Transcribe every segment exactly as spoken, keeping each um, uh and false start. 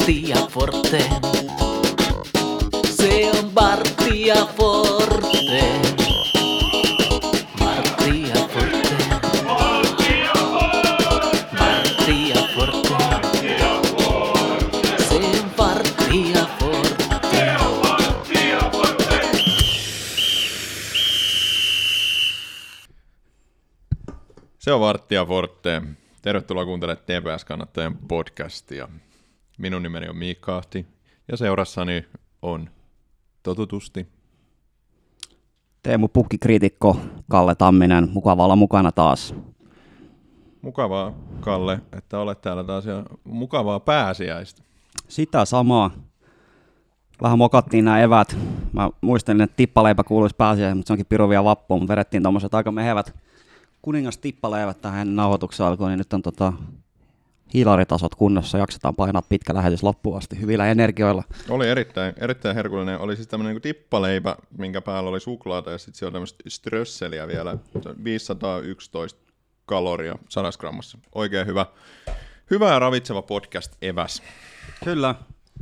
Martti ja Forte. Se on Martti ja Forte. Martti ja Forte. Martti ja Forte. Se on Martti ja Forte. Se on Martti ja Forte. Tervetuloa kuuntelemaan T P S-kannattajien podcastia. Minun nimeni on Miikka Ahti ja seurassani on totutusti Teemu Pukkikriitikko, Kalle Tamminen. Mukava olla mukana taas. Mukavaa, Kalle, että olet täällä taas ja mukavaa pääsiäistä. Sitä samaa. Vähän mokattiin nämä evät. Mä muistelin, että tippaleipä kuuluisi pääsiäiseen, mutta se onkin piru vielä vappuun. Mutta vedettiin tommoset aika mehevät kuningas tippaleivät tähän nauhoituksen alkuun, niin nyt on tota hiilaritasot kunnossa. Jaksetaan painaa pitkä lähetys loppuun asti hyvillä energioilla. Oli erittäin, erittäin herkullinen. Oli siis tämmöinen niin tippaleipä, minkä päällä oli suklaata ja sitten siellä on tämmöistä strösseliä vielä. viisisataayksitoista kaloria sadassa grammassa. Oikein hyvä. Hyvä ja ravitseva podcast eväs. Kyllä.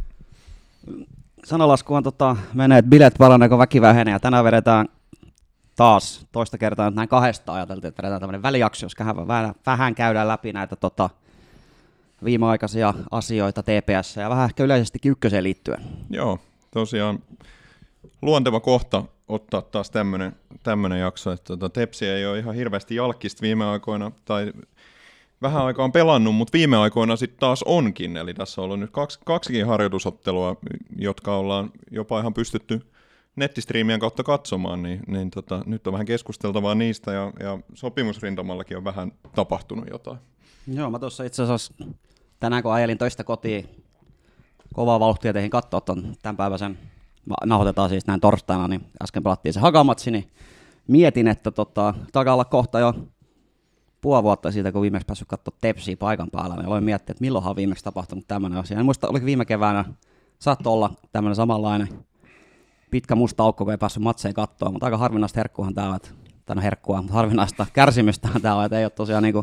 Sanalaskuhan tota, menee, että bileet paranee, kun väki vähenee. Ja tänään vedetään taas toista kertaa, näin kahdesta ajateltiin, että vedetään tämmöinen välijakso, jos vähän, vähän käydään läpi näitä tota, viimeaikaisia asioita T P S ja vähän ehkä yleisestikin ykköseen liittyen. Joo, tosiaan luonteva kohta ottaa taas tämmöinen, tämmöinen jakso, että tota, Tepsi ei ole ihan hirveästi jalkista viime aikoina, tai vähän aikaa on pelannut, mutta viime aikoina sitten taas onkin, eli tässä on ollut nyt kaksi, kaksikin harjoitusottelua, jotka ollaan jopa ihan pystytty nettistriimien kautta katsomaan, niin, niin tota, nyt on vähän keskusteltavaa niistä, ja, ja sopimusrintamallakin on vähän tapahtunut jotain. Joo, mä tuossa itse asiassa tänään kun ajelin töistä kotiin, kovaa vauhtia teihin katsoa ton tämän päiväisen, nauhoitetaan siis näin torstaina, niin äsken pelattiin se Hagamatsi, niin mietin, että tota, takaa olla kohta jo puoli vuotta siitä, kun viimeksi päässyt katsoa Tepsiä paikan päällä, niin aloin miettiä, että milloinhan on viimeksi tapahtunut tämmöinen asia. En muista, oliko viime keväänä, saattoi olla tämmöinen samanlainen pitkä musta aukko, kun ei päässyt matseen katsoa, mutta aika harvinaista herkkuahan tämä on, että, tai herkkua, mutta harvinaista kärsimystähän tämä on, että ei ole tosiaan niinku,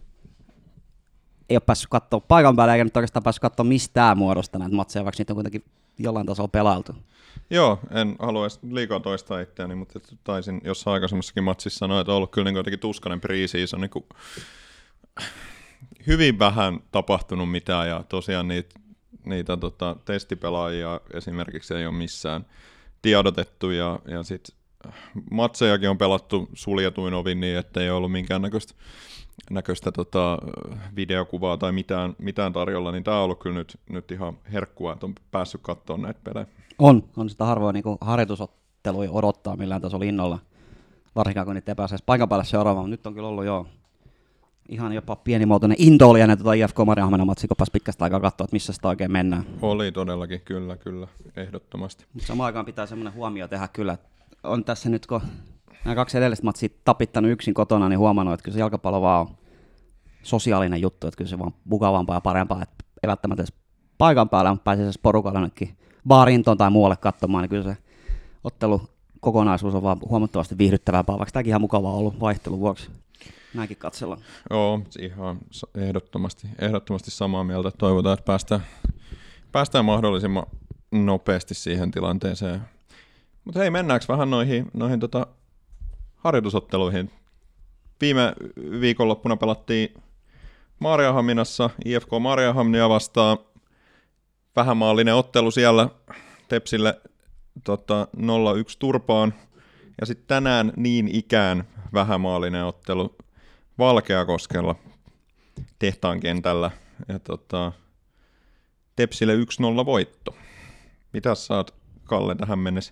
ei ole päässyt katsoa paikan päällä, eikä nyt oikeastaan päässyt katsoa mistään muodosta näitä matseja, vaikka niitä on kuitenkin jollain tasolla pelailtu. Joo, en halua edes liikaa toistaa itseäni, mutta taisin jossain aikaisemmassakin matsissa sanoa, että on ollut kyllä niin jotenkin tuskainen pre-season, niin hyvin vähän tapahtunut mitään, ja tosiaan niitä, niitä tota, testipelaajia esimerkiksi ei ole missään tiedotettu, ja, ja sitten matsejakin on pelattu suljetuin ovin niin, että ei ollut minkäännäköistä näköistä tota, videokuvaa tai mitään, mitään tarjolla, niin tämä on ollut kyllä nyt, nyt ihan herkkua, että on päässyt katsomaan näitä pelejä. On, on sitä harvoin niin harjoitusotteluja odottaa millään tasolla innolla, varsinkaan kun niitä ei pääse paikan päälle seuraavaan, mutta nyt on kyllä ollut joo ihan jopa pienimuotoinen into oli ennen tuota I F K Mariehamnen matsia, kun pääsi pitkästä aikaa katsoa, että missä sitä oikein mennään. Oli todellakin, kyllä, kyllä, ehdottomasti. Mutta samaan aikaan pitää semmoinen huomio tehdä kyllä, että on tässä nyt, kun nämä kaksi edellistä matsia tapittanut yksin kotona, niin huomannut, että kyllä se jalkapallo vaan on sosiaalinen juttu, että kyllä se vaan mukavampaa ja parempaa, että ei välttämättä edes paikan päällä, mutta pääsee se porukalla jonnekin baarintoon tai muualle katsomaan, niin kyllä se ottelu kokonaisuus on vaan huomattavasti viihdyttävämpää, vaikka tämäkin ihan mukavaa ollut vaihtelun vuoksi. Näinkin katsellaan. Joo, ihan ehdottomasti, ehdottomasti samaa mieltä. Toivotaan, että päästään, päästään mahdollisimman nopeasti siihen tilanteeseen. Mutta hei, mennäänkö vähän noihin, noihin tota harjoitusotteluihin? Viime viikonloppuna pelattiin Maarianhaminassa I F K Maarianhaminia vastaan. Vähämaallinen ottelu siellä Tepsille tota, nolla yksi turpaan. Ja sitten tänään niin ikään vähämaallinen ottelu Valkeakoskella tehtaan kentällä. Ja tota, Tepsille yksi nolla voitto. Mitäs sä oot, Kalle, tähän mennessä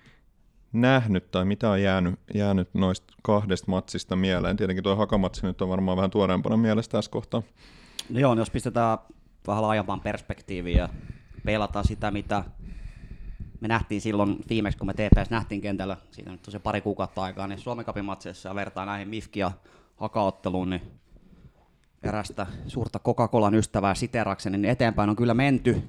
nähnyt tai mitä on jäänyt, jäänyt noista kahdesta matsista mieleen? Tietenkin tuo Hakamatsi nyt on varmaan vähän tuoreempana mielessä tässä kohtaa. No joo, jos pistetään vähän laajempaan perspektiiviin ja peilataan sitä, mitä me nähtiin silloin viimeksi, kun me T P S nähtiin kentällä, siitä nyt tosiaan pari kuukautta aikaa, niin Suomen Cupin matseissa ja vertaa näihin M I F K ja Haka-otteluun, niin erästä suurta Coca-Colan ystävää siterakseni, niin eteenpäin on kyllä menty.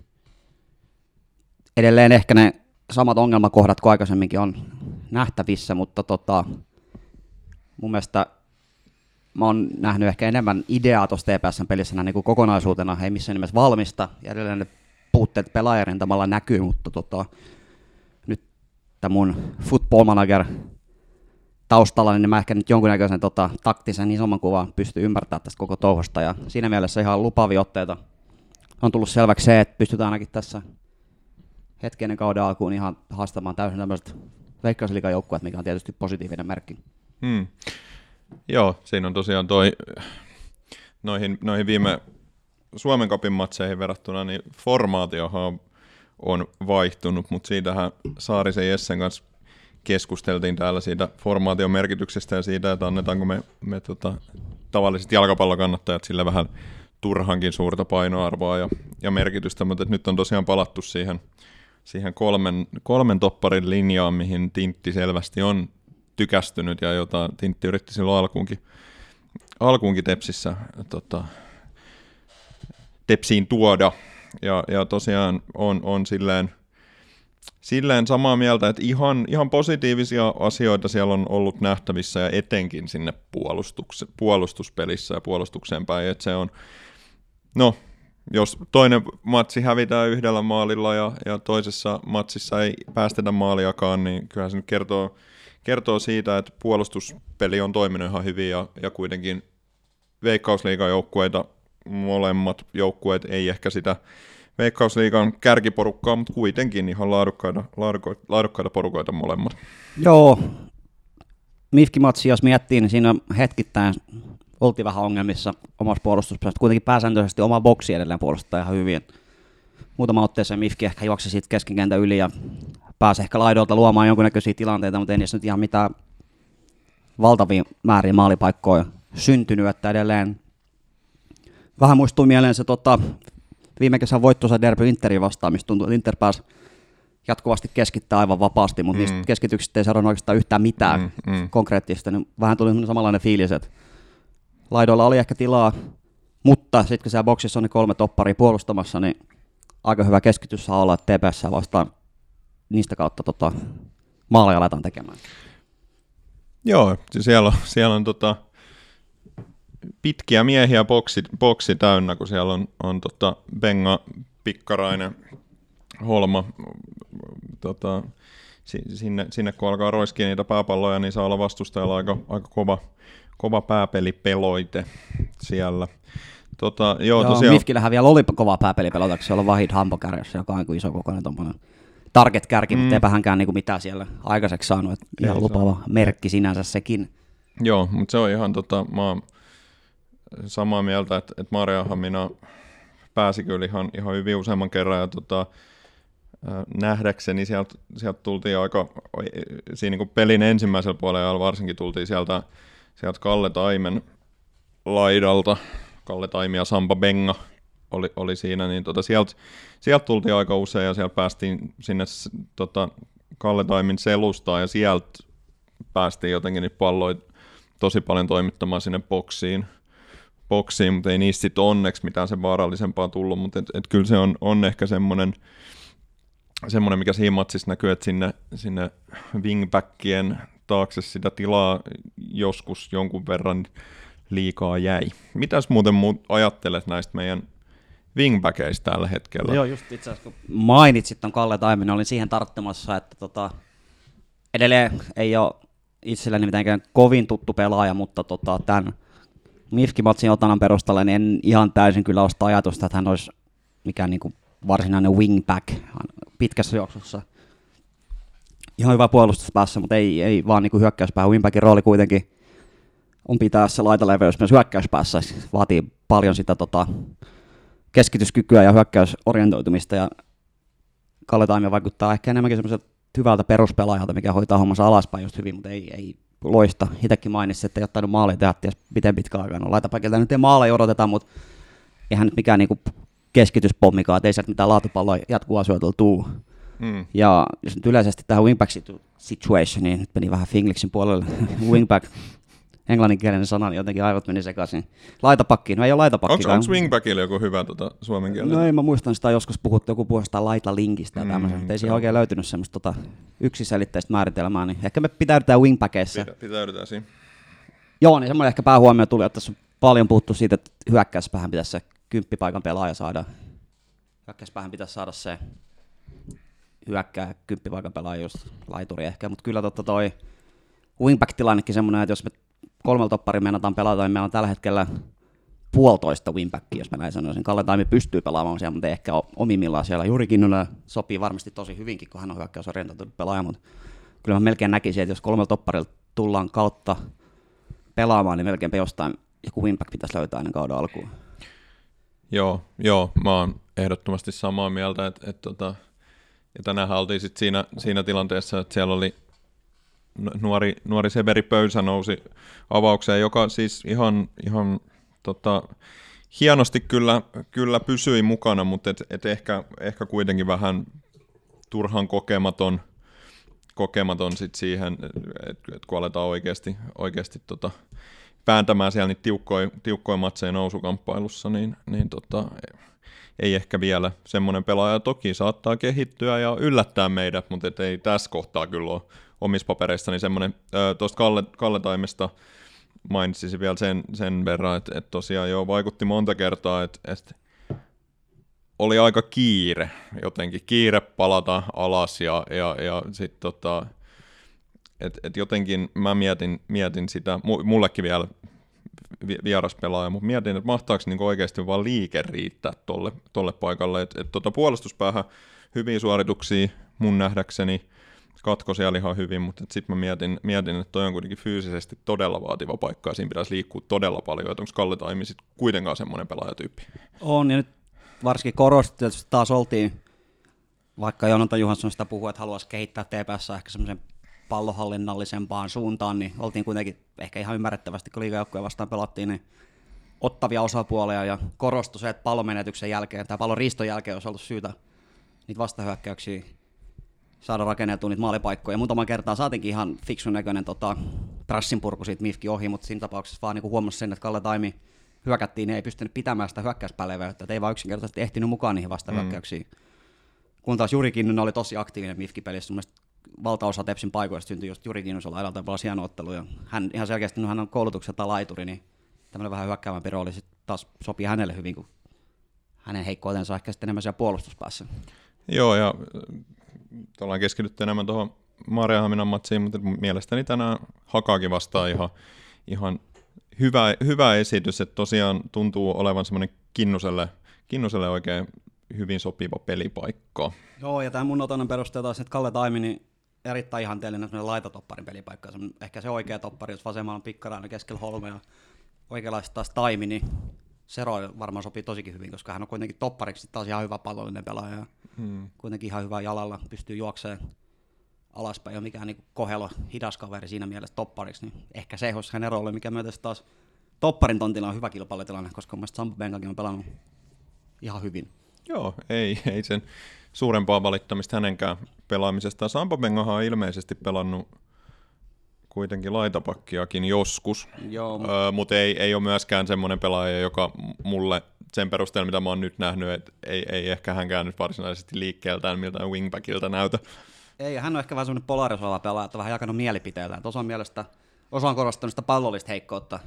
Edelleen ehkä ne samat ongelmakohdat kuin aikaisemminkin on nähtävissä, mutta tota, mun mielestä mä oon nähnyt ehkä enemmän ideaa tuossa T P S:n pelissä niin kuin kokonaisuutena, ei missään nimessä valmista, ja edelleen ne puutteet pelaajarintamalla näkyy, mutta tota, nyt tämä mun football manager taustalla, niin mä ehkä nyt jonkunnäköisen tota, taktisen isomman kuvan pystyn ymmärtämään tästä koko touhusta, ja siinä mielessä ihan lupaavia otteita on tullut selväksi se, että pystytään ainakin tässä hetken kauden alkuun ihan haastamaan täysin tämmöiset Veikkausliigan-joukkueet, mikä on tietysti positiivinen merkki. Hmm. Joo, siinä on tosiaan toi, noihin, noihin viime Suomen Cupin matseihin verrattuna, niin formaatiohan on vaihtunut, mutta siitähän Saarisen Jessen kanssa keskusteltiin täällä siitä formaation merkityksestä ja siitä, että annetaanko me, me tota, tavalliset jalkapallokannattajat sille vähän turhankin suurta painoarvoa ja, ja merkitystä, mutta nyt on tosiaan palattu siihen, siihen kolmen, kolmen topparin linjaan, mihin Tintti selvästi on tykästynyt ja jota Tintti yritti silloin alkuunkin, alkuunkin Tepsissä tota, Tepsiin tuoda. Ja, ja tosiaan on, on silleen, silleen samaa mieltä, että ihan, ihan positiivisia asioita siellä on ollut nähtävissä ja etenkin sinne puolustuks, puolustuspelissä ja puolustukseen päin. Että se on, no, jos toinen matsi hävitään yhdellä maalilla ja, ja toisessa matsissa ei päästetä maaliakaan, niin kyllähän se nyt kertoo, kertoo siitä, että puolustuspeli on toiminut ihan hyvin ja, ja kuitenkin Veikkausliigan joukkueita, molemmat joukkueet ei ehkä sitä Veikkausliigan kärkiporukkaa, mutta kuitenkin ihan laadukkaita, laadukkaita, laadukkaita porukoita molemmat. Joo, M I F K-matsi, jos miettii, niin siinä hetkittäin oltiin vähän ongelmissa omassa puolustuspelissä. Kuitenkin pääsääntöisesti oma boksi edelleen puolustaa ihan hyvin. Muutama otteeseen M I F K ehkä juoksi siitä keskinkentän yli ja pääsi ehkä laidolta luomaan jonkunnäköisiä tilanteita, mutta ei niissä nyt ihan mitään valtavia määriä maalipaikkoja syntynyt, että edelleen vähän muistuu mieleen se tota, viime kesän voittoisa derby Interin vastaan, mistä tuntuu, että Inter pääsi jatkuvasti keskittää aivan vapaasti, mutta mm. niistä keskityksistä ei saada oikeastaan yhtään mitään mm, mm. konkreettista. Niin vähän tuli samanlainen fiilis, että laidoilla oli ehkä tilaa, mutta sitten kun siellä boksissa on ne kolme topparia puolustamassa, niin aika hyvä keskitys saa olla, että T P S vastaan niistä kautta tota, maaleja aletaan tekemään. Joo, siellä on, siellä on tota, pitkiä miehiä boksi, boksi täynnä, kun siellä on, on tota Benga, Pikkarainen, Holma. Tota, sinne, sinne kun alkaa roiskia niitä pääpalloja, niin saa olla vastustajalla aika, aika kova, kova pääpelipeloite siellä. Tota, joo, joo, tosiaan... Mifkillähän vielä oli kova pääpelipeloite, kun siellä on Vahid Hampo kärjessä, joka on iso kokoinen tommoinen target-kärki, mm. mutta eipä hänkään niinku mitään siellä aikaiseksi saanut. Et ihan Ei lupaava saa. merkki sinänsä sekin. Joo, mutta se on ihan tota, mä oon samaa mieltä, että, että Maarianhamina pääsi kyllä ihan, ihan hyvin useamman kerran ja tota, nähdäkseni sieltä, sieltä tultiin aika, siinä niin pelin ensimmäisellä puolella varsinkin tultiin sieltä, sieltä Kalle Taimen laidalta, Kalle Taimi ja Sampa Benga oli, oli siinä, niin tota sieltä, sieltä tultiin aika usein ja sieltä päästiin sinne tota, Kalle Taimin selustaan ja sieltä päästiin jotenkin niitä palloja tosi paljon toimittamaan sinne boksiin, boksiin mutta ei niistä sitten onneksi mitään sen vaarallisempaa tullut, mutta et, et kyllä se on, on ehkä semmoinen, semmoinen, mikä siinä matsissa näkyy, että sinne, sinne wingbackien taakse sitä tilaa joskus jonkun verran liikaa jäi. Mitäs muuten muut ajattelet näistä meidän wingbackeista tällä hetkellä? Joo, just itse asiassa kun mainitsit ton Kalle Taimin, olin siihen tarttumassa, että tota, edelleen ei ole itselläni mitenkään kovin tuttu pelaaja, mutta tota, tämän M I F K-matsin otanan perusteella niin en ihan täysin kyllä osta ajatusta, että hän olisi mikään niinku varsinainen wingback pitkässä juoksussa. Ihan hyvä puolustuspäässä, mutta ei, ei vaan niinku hyökkäyspäähän. Wingbackin rooli kuitenkin on pitää se laitaleveys myös hyökkäyspäässä. Vaatii paljon sitä tota, keskityskykyä ja hyökkäysorientoitumista. Ja Kalle Taimi vaikuttaa ehkä enemmänkin semmoiselta hyvältä peruspelaajalta, mikä hoitaa hommansa alaspäin just hyvin, mutta ei, ei loista. Itsekin mainitsi, että ei ole tainnut maalia tehdä ties miten pitkä aikaa. No, laitapakilta nyt ei maaleja odoteta, mutta eihän nyt mikään niinku keskityspommikaan, että ei sieltä mitään laatupalloa jatkuvaa syötellä tuu. Mm. Ja jos nyt yleisesti tähän wingback situation, niin nyt meni vähän Fingliksin puolelle. Wingback, englanninkielinen sana, niin jotenkin aivot meni sekaisin. Laitapakki, no ei ole laitapakki. Onko wingbackille joku hyvä tota, suomenkielinen? No ei, mä muistan sitä joskus puhuttu, joku puhuu laitalinkistä ja mm, tämmöisen, mutta ei siihen oikein löytynyt semmoista tota, yksiselitteistä määritelmää, niin ehkä me pitäydytään wingbackeissa. Pitä, pitäydytään siinä. Joo, niin semmoinen ehkä päähuomio tuli, että tässä on paljon puhuttu siitä, että hyökkäyspäähän pitäisi se kymppipaikan pelaaja saada hyökkäyspäähän pitäisi saada se hyökkää kymppipaikan pelaaja just laituri ehkä, mutta kyllä totta toi wingback-tilannekin semmoinen, että jos me kolmella topparin meinataan pelata, niin meillä on tällä hetkellä puolitoista wingbackia, jos mä näin sanoisin. Kalle Taimi pystyy pelaamaan siellä, mutta ei ehkä omimmillaan siellä. Juri Kinnunen sopii varmasti tosi hyvinkin, kun hän on hyökkäysorientoitunut pelaaja, mutta kyllä mä melkein näkisin, että jos kolmella topparilla tullaan kautta pelaamaan, niin melkeinpä jostain joku wingback pitäisi löytää ennen kauden alkuun. Joo, joo, mä oon ehdottomasti samaa mieltä, että et, tota, ja tänään oltiin sit siinä, siinä tilanteessa, että siellä oli nuori, nuori Severi Pöysä nousi avaukseen, joka siis ihan, ihan tota, hienosti kyllä, kyllä pysyi mukana, mutta et, et ehkä, ehkä kuitenkin vähän turhan kokematon, kokematon sit siihen, että et kun aletaan oikeasti, oikeasti tota, vääntämään siellä niitä tiukkoja, tiukkoja matseja nousukamppailussa, niin, niin tota, ei ehkä vielä semmoinen pelaaja. Toki saattaa kehittyä ja yllättää meidät, mutta et ei tässä kohtaa kyllä ole omissa papereissani semmoinen. Tuosta Kalle, Kalle Taimesta mainitsisin vielä sen, sen verran, että et tosiaan jo vaikutti monta kertaa, että et oli aika kiire jotenkin, kiire palata alas ja, ja, ja sitten tota, että et jotenkin mä mietin, mietin sitä, mullekin vielä vieras pelaaja, mutta mietin, että mahtaako niinku oikeasti vaan liike riittää tolle, tolle paikalle, että et tota puolustuspäähän hyviä suorituksia mun nähdäkseni, katko siellä ihan hyvin, mutta sitten mä mietin, mietin, että toi on kuitenkin fyysisesti todella vaativa paikka ja siinä pitäisi liikkua todella paljon, että onko Kalle Taimi sitten kuitenkaan semmoinen pelaajatyyppi. On, ja nyt varsinkin korostettu, että taas oltiin, vaikka Jonatan Johansson sitä puhui, että haluaisi kehittää T P S ehkä semmoisen pallohallinnallisempaan suuntaan, niin oltiin kuitenkin ehkä ihan ymmärrettävästi, kun liigajoukkuja vastaan pelattiin, niin ottavia osapuolia ja korostui se, että pallomenetyksen jälkeen tai pallon riiston jälkeen olisi ollut syytä niitä vastahyökkäyksiä saada rakenneltua niitä maalipaikkoja. Muutaman kertaa saatiinkin ihan fiksun näköinen tota, trassin purku siitä Mifki ohi, mutta siinä tapauksessa vaan niin huomasi sen, että Kalle Taimi hyökättiin, niin ei pystynyt pitämään sitä hyökkäyspäleveyttä, että ei vaan yksinkertaisesti ehtinyt mukaan niihin vastahyökkäyksiin. Mm. Kun taas Juri Kinnunen oli tosi aktiivinen Mifki-pelissä, mun valtaosa Tepsin paikoista syntyi just Juri Kinnusen laidalta, pelasi hieno ottelu, ja hän ihan selkeästi, no hän on koulutukselta laituri, niin tämmöinen vähän hyökkäävämpi rooli sitten taas sopii hänelle hyvin, kun hänen heikkoutensa ehkä sitten enemmän siellä puolustuspäässä. Joo, ja ollaan keskitytty enemmän tuohon Maarianhaminan matsiin, mutta mielestäni tänään Hakaakin vastaan ihan, ihan hyvä, hyvä esitys, että tosiaan tuntuu olevan semmoinen Kinnuselle, Kinnuselle oikein hyvin sopiva pelipaikka. Joo, ja tämän mun otannan perusteella taas, että Kalle Taimi, niin erittäin ihanteellinen semmoinen laitatopparin pelipaikka. Ehkä se oikea toppari, jos vasemmalla on Pikkarainen keskellä Holme ja oikeanlaista taas Taimi, niin Sero varmaan sopii tosikin hyvin, koska hän on kuitenkin toppariksi taas ihan hyvä pallollinen pelaaja ja hmm. kuitenkin ihan hyvä jalalla, pystyy juoksemaan alaspäin ja mikään niin kohelo, hidas kaveri siinä mielessä toppariksi, niin ehkä se olisi hänen rooli, mikä myötä taas topparin tontilla on hyvä kilpailutilanne, koska mun mielestä Sampo Bengakin on pelannut ihan hyvin. Joo, ei, ei sen suurempaa valittamista hänenkään pelaamisesta. Sampo Bengahan on ilmeisesti pelannut kuitenkin laitapakkiakin joskus, Joo, mutta öö, mut ei, ei ole myöskään semmoinen pelaaja, joka mulle sen perusteella, mitä mä oon nyt nähnyt, että ei, ei ehkä hänkään nyt varsinaisesti liikkeeltään miltään wingbackilta näytä. Ei, hän on ehkä vähän semmoinen polarisoiva pelaaja, että on vähän jakanut mielipiteitä. Osa on mielestä, osa on korostanut sitä pallollista heikkoutta.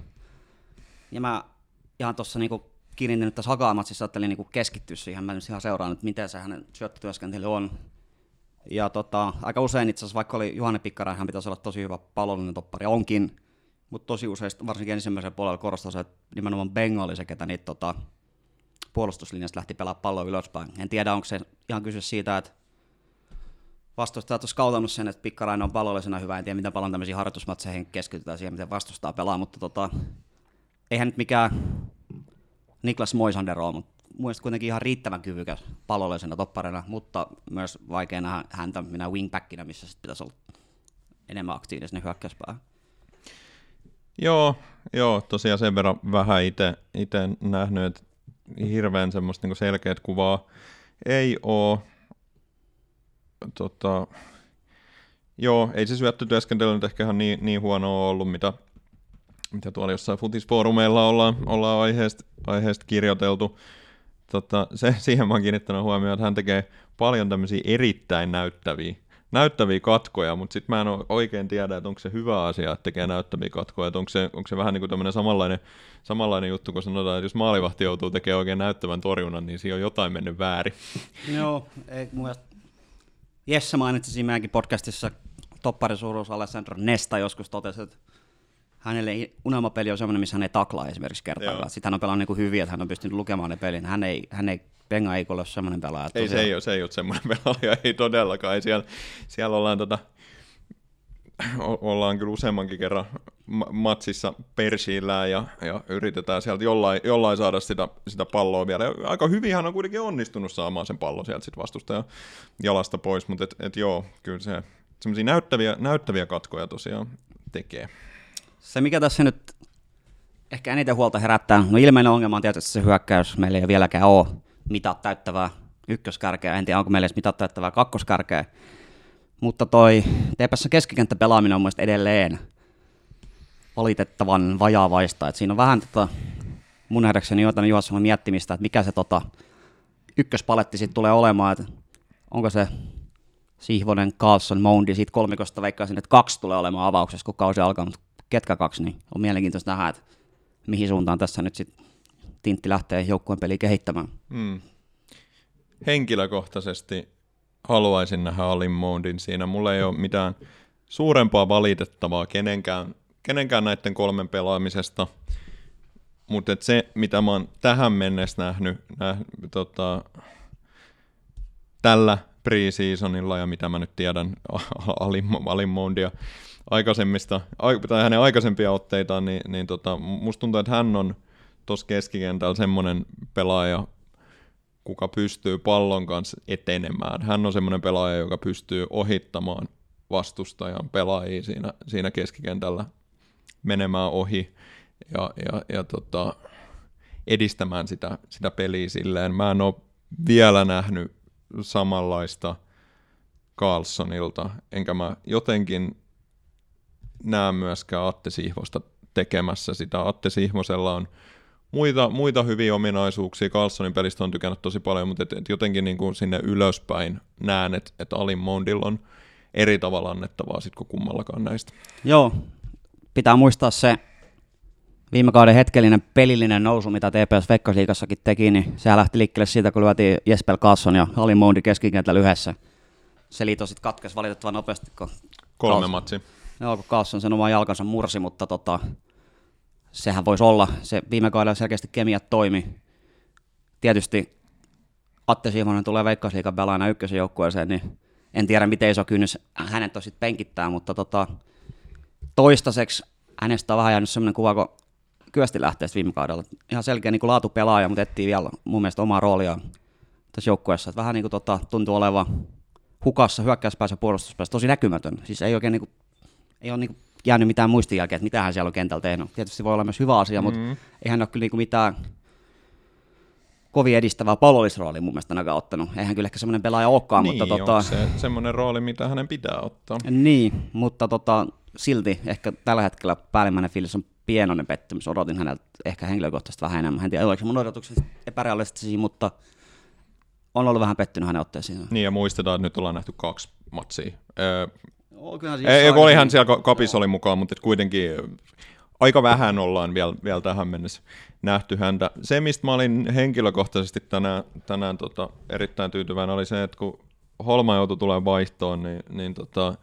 Ja mä ihan tuossa niinku kiinnitin nyt tässä Hakaa-matsissa, ajattelin niinku keskittyä siihen. Mä nyt ihan seuraan, että miten se hänen syöttötyöskentely on. Ja tota, aika usein itse asiassa, vaikka oli Juhani Pikkarainen, hän pitäisi olla tosi hyvä pallollinen toppari, onkin. Mutta tosi usein, varsinkin ensimmäisellä puolella korostaa se, että nimenomaan Benga oli se, ketä niitä tota, puolustuslinjasta lähti pelaa palloa ylöspäin. En tiedä, onko se ihan kyse siitä, että vastustajat on skautannut sen, että Pikkarainen on pallollisena hyvä. En tiedä, miten paljon tämmöisiin harjoitusmatseihin keskitytään siihen, miten vastustaa pelaa, mutta tota, eihän nyt mikään Niklas Moisander ole, mutta mielestäni kuitenkin ihan riittävän kyvykäs pallollisena topparina, mutta myös vaikea nähdä häntä minä wingbackina, missä sitten pitäisi olla enemmän aktiivinen hyökkäyspää. Joo, joo, tosiaan sen verran vähän itse nähnyt, että hirveän semmoista niinku selkeät kuvaa ei ole. Tota, joo, ei se syöttötyöskentely nyt ehkä ihan niin, niin huonoa ollut, mitä, mitä tuolla jossain futisfoorumeilla ollaan, ollaan aiheesta, aiheesta kirjoiteltu. Tota, se, siihen mä oon kiinnittänyt huomioon, että hän tekee paljon tämmöisiä erittäin näyttäviä, näyttäviä katkoja, mutta sitten mä en oikein tiedä, että onko se hyvä asia, että tekee näyttäviä katkoja, että onko se, onko se vähän niin kuin tämmöinen samanlainen, samanlainen juttu, kun sanotaan, että jos maalivahti joutuu tekemään oikein näyttävän torjunnan, niin siinä on jotain mennyt väärin. Joo, ei mun mielestä Jesse mainitsi siinä meidänkin podcastissa topparisuuruus Alessandro Nesta joskus totesi, että hänelle unelmapeli on semmoinen, missä hän ei taklaa esimerkiksi kertaakaan. Sitten hän on pelannut niin hyvin, että hän on pystynyt lukemaan ne pelin. Hän ei, hän ei Penga ei ole semmoinen pelaaja. Ei, se ei, ole, se ei ole semmoinen pelaaja, ei todellakaan. Ei siellä, siellä ollaan, tota, ollaan kyllä useammankin kerran matsissa persillään ja, ja yritetään sieltä jollain, jollain saada sitä, sitä palloa vielä. Ja aika hyvin hän on kuitenkin onnistunut saamaan sen pallon sieltä sit vastustajan jalasta pois, mutta et, et joo, kyllä se semmoisia näyttäviä, näyttäviä katkoja tosiaan tekee. Se mikä tässä nyt ehkä eniten huolta herättää, no ilmeinen ongelma on tietysti se hyökkäys, meillä ei vieläkään ole mitat täyttävää ykköskärkeä, en tiedä onko meillä edes mitat täyttävää kakkoskärkeä, mutta toi T P S:n keskikenttäpelaaminen on mun mielestä edelleen valitettavan vajaavaista, että siinä on vähän tota, mun nähdäkseni jotain juossa miettimistä, että mikä se tota, ykköspaletti sitten tulee olemaan, että onko se Sihvonen, Carlson, Moundi, siitä kolmikosta veikkaisin, että kaksi tulee olemaan avauksessa, kun kausi alkaa, mutta ketkä kaksi, niin on mielenkiintoista nähdä, että mihin suuntaan tässä nyt sitten Tintti lähtee joukkueen peliä kehittämään. Hmm. Henkilökohtaisesti haluaisin nähdä Alin Moundin siinä. Mulla ei ole mitään suurempaa valitettavaa kenenkään, kenenkään näiden kolmen pelaamisesta, mutta se, mitä mä oon tähän mennessä nähnyt näh, tota, tällä pre-seasonilla ja mitä mä nyt tiedän Alin, Alin Moundia aikaisemmista, tai hänen aikaisempia otteitaan, niin, niin tota, musta tuntuu, että hän on tuossa keskikentällä semmoinen pelaaja, kuka pystyy pallon kanssa etenemään. Hän on semmoinen pelaaja, joka pystyy ohittamaan vastustajan pelaajia siinä, siinä keskikentällä, menemään ohi ja, ja, ja tota, edistämään sitä, sitä peliä silleen. Mä en ole vielä nähnyt samanlaista Carlsonilta, enkä mä jotenkin näe myöskään Atte Sihvosta tekemässä sitä. Atte Sihvosella on muita, muita hyviä ominaisuuksia. Carlsonin pelistä on tykännyt tosi paljon, mutta et, et jotenkin niin kuin sinne ylöspäin näen, että et Alin Moundilla on eri tavalla annettavaa sit kuin kummallakaan näistä. Joo, pitää muistaa se viime kauden hetkellinen pelillinen nousu, mitä T P S Veikkausliigassakin teki, niin sehän lähti liikkeelle siitä, kun lyötiin Jesper Carlson ja Alin Moundi keskikentällä yhdessä. Se liito sitten katkesi valitettavan nopeasti, kun Kolme Carlson, matsia. joo, kun Carlson sen oman jalkansa mursi, mutta tota, sehän voisi olla. Se viime kaudella selkeästi kemiat toimi. Tietysti Atte Sihvonen tulee Veikkausliigan pelaajana ykkösen joukkueeseen, niin en tiedä, miten iso kynnys hänet on sitten penkittää, mutta tota, toistaiseksi hänestä on vähän jäänyt sellainen kuva, kun Kyösti lähtee viime kaudella. Ihan selkeä niin kuin laatupelaaja, mutta etsii vielä mun mielestä omaa roolia tässä joukkueessa. Että vähän niin kuin tota, tuntuu olevan hukassa hyökkäyspäässä ja puolustuspäässä tosi näkymätön. Siis ei oikein niin kuin, ei ole niin kuin jäänyt mitään muistinjälkeä, että mitä hän siellä on kentällä tehnyt. Tietysti voi olla myös hyvä asia, mutta mm-hmm. eihän ole kyllä niin kuin mitään kovin edistävää pallollisroolia mun mielestä ainakaan ottanut. Eihän kyllä ehkä semmoinen pelaaja olekaan. Niin, mutta tota, se semmoinen rooli, mitä hänen pitää ottaa. Niin, mutta tota, silti ehkä tällä hetkellä päällimmäinen fiilis on pienoinen pettymys. Odotin häneltä ehkä henkilökohtaisesti vähän enemmän. En tiedä, oliko mun odotukset epärealistisia, mutta on ollut vähän pettynyt hänen otteisiin. Niin, ja muistetaan, että nyt ollaan nähty kaksi matsia. Öö, oh, siis ei, oli hän siellä kapissa oli mukaan, mutta kuitenkin aika vähän ollaan vielä, vielä tähän mennessä nähty häntä. Se, mistä mä olin henkilökohtaisesti tänään, tänään tota, erittäin tyytyväinen, oli se, että kun Holma joutui tulemaan vaihtoon, niin, niin tota,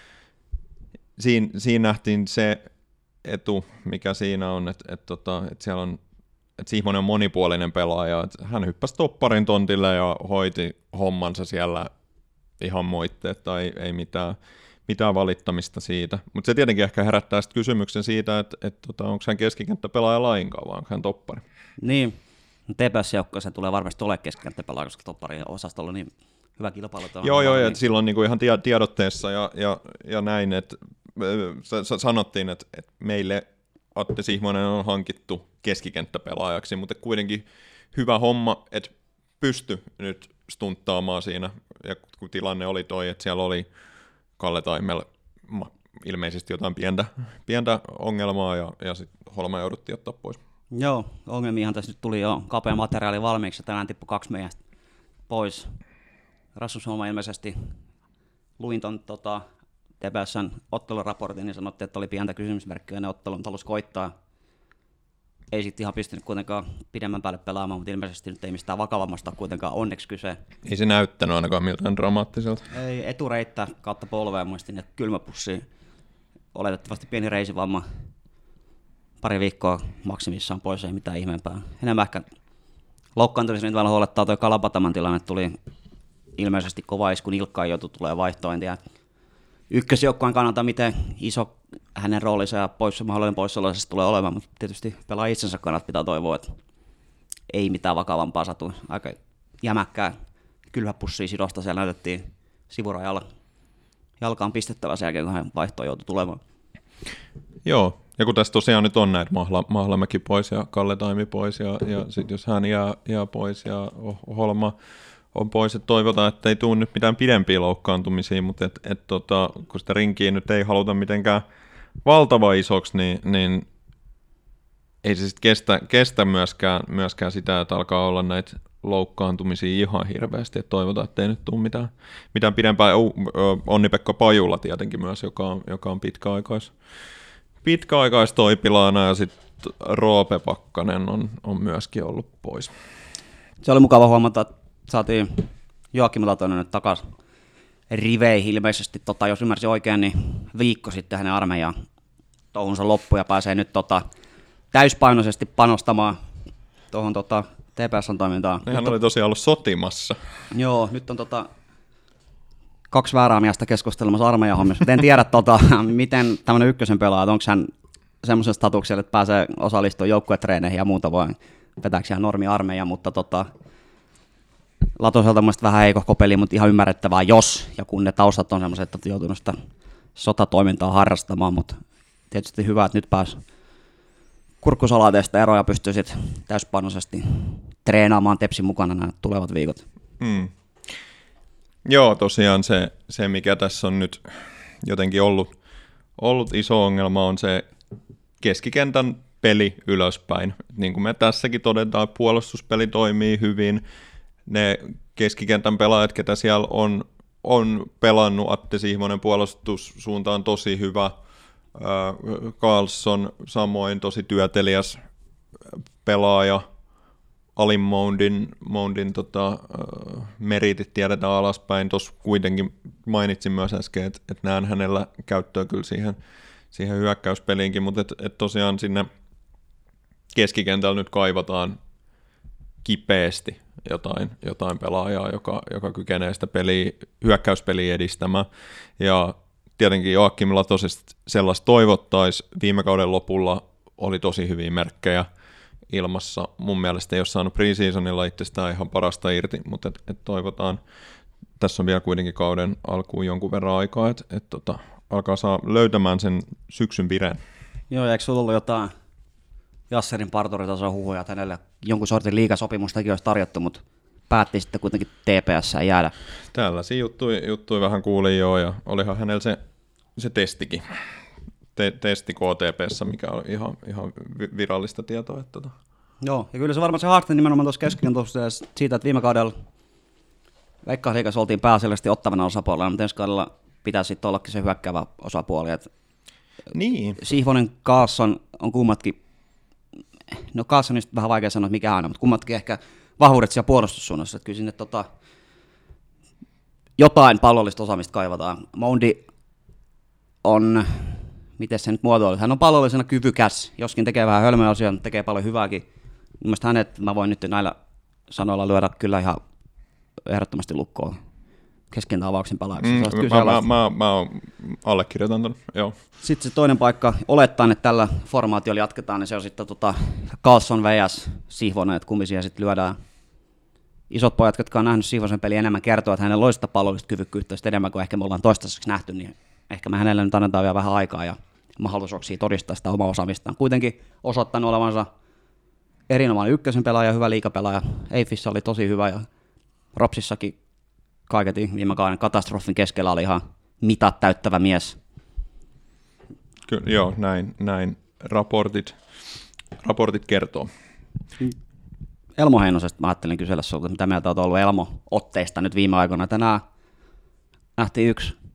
siinä, siinä nähtiin se etu, mikä siinä on, että, että, että, että siellä on että Sihvonen on monipuolinen pelaaja, että hän hyppäsi topparin tontille ja hoiti hommansa siellä ihan moitteet tai ei mitään, mitään valittamista siitä. Mutta se tietenkin ehkä herättää sitten kysymyksen siitä, että, että, että onko hän keskikenttäpelaaja lainkaan, vai onko hän toppari. Niin, T P S-joukkoissa tulee varmasti ole keskikenttäpelaaja, koska topparin osastolla on niin hyvä kilpailu. Joo, joo, ja silloin niin kuin ihan tiedotteessa ja, ja, ja näin, että sanottiin, että, että meille Atte Sihvonen on hankittu keskikenttäpelaajaksi, mutta kuitenkin hyvä homma, että pysty nyt stunttaamaan siinä, ja kun tilanne oli toi, että siellä oli Kalle Taimel ilmeisesti jotain pientä, pientä ongelmaa, ja, ja sitten Holma jouduttiin ottaa pois. Joo, ongelmiahan tässä nyt tuli jo kapea materiaali valmiiksi, ja tänään tippui kaksi meidän pois. Rasmus Holma ilmeisesti luin ton tota, T P S:n otteluraportin, niin sanottiin, että oli pientä kysymysmerkkiä ne ottelun, mutta halusi koittaa. Ei sitten ihan pystynyt kuitenkaan pidemmän päälle pelaamaan, mutta ilmeisesti nyt ei mistään vakavammasta kuitenkaan onneksi kyse. Ei se näyttänyt ainakaan miltään dramaattiselta. Ei, etureittä kautta polvea muistin, että kylmäpussi, oletettavasti pieni reisivamma, pari viikkoa maksimissaan pois, ei mitään ihmeempää. Enemmän ehkä loukkaantumisen nyt vielä huolettaa tuo Kalapataman tilanne, tuli ilmeisesti kova isku nilkkaan joutu tulee vaihtoon, en tiedä ykkösjoukkueen kannalta, miten iso hänen roolinsa ja poissa, mahdollinen poissaoloisessa tulee olemaan, mutta tietysti pelaa itsensä kannalta pitää toivoa, että ei mitään vakavampaa satu. Aika jämäkkää kylhäpussia sidosta siellä näytettiin sivurajalla. Jalkaan pistettävä sen jälkeen, kun hän vaihtoon joutui tulemaan. Joo, ja kun tässä tosiaan nyt on näitä Mahla, Mahlamäki pois ja Kalle Taimi pois, ja, ja sitten jos hän jää, jää pois ja Holma on pois, että toivotaan, että ei tule nyt mitään pidempiä loukkaantumisia, mutta et, et tota, kun sitä rinkiä nyt ei haluta mitenkään valtava isoksi, niin, niin ei se sitten kestä, kestä myöskään, myöskään sitä, että alkaa olla näitä loukkaantumisia ihan hirveästi, että toivotaan, että ei nyt tule mitään, mitään pidempää. Onni-Pekka Pajula tietenkin myös, joka on, joka on pitkäaikais, pitkäaikaistoipilaana, ja sitten Roope Pakkanen on, on myöskin ollut pois. Se oli mukava huomata, että saatiin Joakim Latonen nyt takaisin riveihin ilmeisesti, tota, jos ymmärsin oikein, niin viikko sitten hänen armeijan touhunsa loppu ja pääsee nyt tota, täyspainoisesti panostamaan tuohon tota, T P S:n toimintaan. Hän nyt oli tosiaan ollut sotimassa. Joo, nyt on tota, kaksi väärää miestä keskustelemassa armeijan hommissa. En tiedä, tota, miten tämmöinen ykkösen pelaa, onko hän semmoisen statuksella, että pääsee osallistumaan joukkuetreeneihin ja muuta voi vetääkö ihan normi-armeija, mutta tota, Latoselta mun vähän heikohko peli, mutta ihan ymmärrettävää, jos ja kun ne taustat on semmoiset, että on joutunut sitä sotatoimintaa harrastamaan, mutta tietysti hyvä, että nyt pääsi kurkkusalateista eroja ja pystyy sitten täyspainoisesti treenaamaan Tepsin mukana nämä tulevat viikot. Mm. Joo, tosiaan se, se, mikä tässä on nyt jotenkin ollut, ollut iso ongelma, on se keskikentän peli ylöspäin. Niin kuin me tässäkin todetaan, puolustuspeli toimii hyvin. Ne keskikentän pelaajat, ketä siellä on, on pelannut, Atte Sihvonen puolustussuunta on tosi hyvä. Carlson samoin tosi työteliäs pelaaja. Alin Moundin, Moundin tota, meritit tiedetään alaspäin. Tuossa kuitenkin mainitsin myös äsken, että et näen hänellä käyttöä kyllä siihen, siihen hyökkäyspeliinkin, mutta et, et tosiaan sinne keskikentällä nyt kaivataan kipeästi jotain, jotain pelaajaa, joka, joka kykenee sitä peliä, hyökkäyspeliä edistämään. Ja tietenkin Joakim Latosesta sellaista toivottaisi. Viime kauden lopulla oli tosi hyviä merkkejä ilmassa. Mun mielestä ei ole saanut pre-seasonilla itsestään ihan parasta irti, mutta et, et toivotaan. Tässä on vielä kuitenkin kauden alkuun jonkun verran aikaa, että et tota, alkaa saa löytämään sen syksyn vireen. Joo, eikö sulla ollut jotain Jasserin parturitason huhuja, että hänelle jonkun sortin liigasopimustakin olisi tarjottu, mutta päätti sitten kuitenkin T P S:ään jäädä. Tällaisia juttuja, juttuja vähän kuulin jo, ja olihan hänellä se, se testikin. Te, testi K T P:ssä, mikä on ihan, ihan virallista tietoa. Että tota. Joo, ja kyllä se varmaan se haaste nimenomaan tuossa keskikentässä siitä, että viime kaudella Veikkausliigassa oltiin pääasiallisesti ottavana osapuolella, mutta ensi kaudella pitäisi sitten ollakin se hyökkäävä osapuoli. Että niin. Sihvonen, Carlson on kummatkin, no Carlsonista vähän vaikea sanoa, mikä hän on, mutta kummatkin ehkä vahvuudet siellä puolustussuunnassa, että kyllä sinne tota, jotain pallollista osaamista kaivataan. Moundi on, miten se nyt muotoilee, hän on pallollisena kyvykäs, joskin tekee vähän hölmöä asioita, tekee paljon hyvääkin. Mielestäni hänet mä voin nyt näillä sanoilla lyödä kyllä ihan ehdottomasti lukkoon keskentä avauksen pelaajaksi. Mm, mä, mä, mä, mä allekirjoitan ton, joo. Sitten se toinen paikka, olettaen, että tällä formaatiolla jatketaan, niin se on sitten tota Carlson vs. Sihvonen, että kumpi siihen sitten lyödään. Isot pojat, jotka on nähnyt Sihvosen peliä enemmän, kertoo, että hänellä loista pallollista kyvykkyyttä enemmän kuin ehkä me ollaan toistaiseksi nähty, niin ehkä me hänelle nyt annetaan vielä vähän aikaa ja mahdollisuuksia todistaa sitä omaa osaamistaan. Kuitenkin osoittanut olevansa erinomainen ykkösen pelaaja, hyvä liigapelaaja. Eifissä oli tosi hyvä ja Ropsissakin kaiketin viime kauden katastrofin keskellä oli ihan mitat täyttävä mies. Kyllä, joo, näin, näin raportit, raportit kertoo. Elmo Heinosesta mä ajattelin kysellä sulta, mitä mieltä olet ollut Elmo-otteista nyt viime aikoina. Tänään nähtiin yksi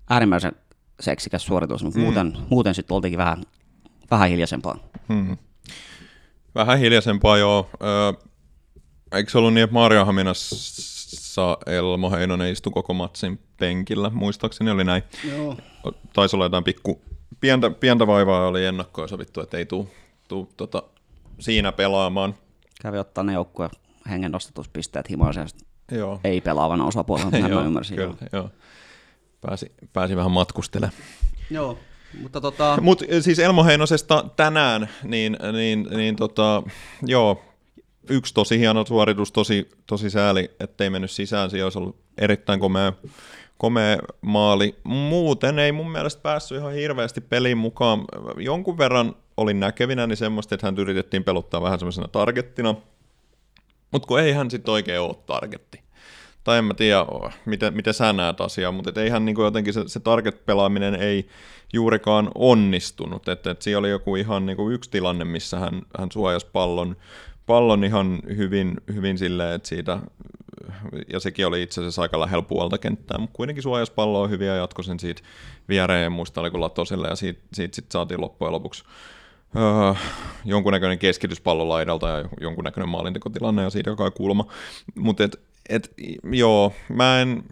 äärimmäisen seksikäs suoritus, mutta Mm. muuten, muuten sitten oltiinkin vähän, vähän hiljaisempaa. Hmm. Vähän hiljaisempaa joo. Öö, eikö se ollut niin, että Maarianhaminassa Elmo Heinonen istui koko matsin penkillä? Muistaakseni oli näin. Joo. Taisi olla jotain pikku, pientä, pientä vaivaa oli ennakkoon sovittu, että ei tuu, tuu tota, siinä pelaamaan. Kävi ottaa ne joukkueen hengen nostatuspisteet himoiseen Joo. ei pelaavana osapuolella, näin mä ymmärsin. Kyllä, joo. Pääsi, pääsi vähän matkustelemaan. Joo, mutta tota... Mutta siis Elmo Heinosesta tänään, niin, niin, niin tota, joo, yksi tosi hieno suoritus, tosi, tosi sääli, ettei mennyt sisään, siinä olisi ollut erittäin komea, komea maali. Muuten ei mun mielestä päässyt ihan hirveästi peliin mukaan. Jonkun verran olin näkevinä, niin semmoista, että hän yritettiin peluttaa vähän semmoisena targettina, mutta kun ei hän sitten oikein ole targetti. Tai en mä tiedä, miten, miten sä näet asiaa, mutta eihän niin jotenkin se, se target-pelaaminen ei juurikaan onnistunut. Että et siinä oli joku ihan niin yksi tilanne, missä hän, hän suojasi pallon, pallon ihan hyvin, hyvin silleen, että siitä, ja sekin oli itse asiassa aika lähellä puolta kenttää, mutta kuitenkin suojasi palloa hyvin ja jatkoi sen siitä viereen, en muista oliko Latoselle, ja siitä, siitä sitten saatiin loppujen lopuksi Öö, jonkunnäköinen keskitys pallolaidalta ja jonkunnäköinen maalintekotilanne ja siitä joka kulma. Mutta et, et, joo, mä en,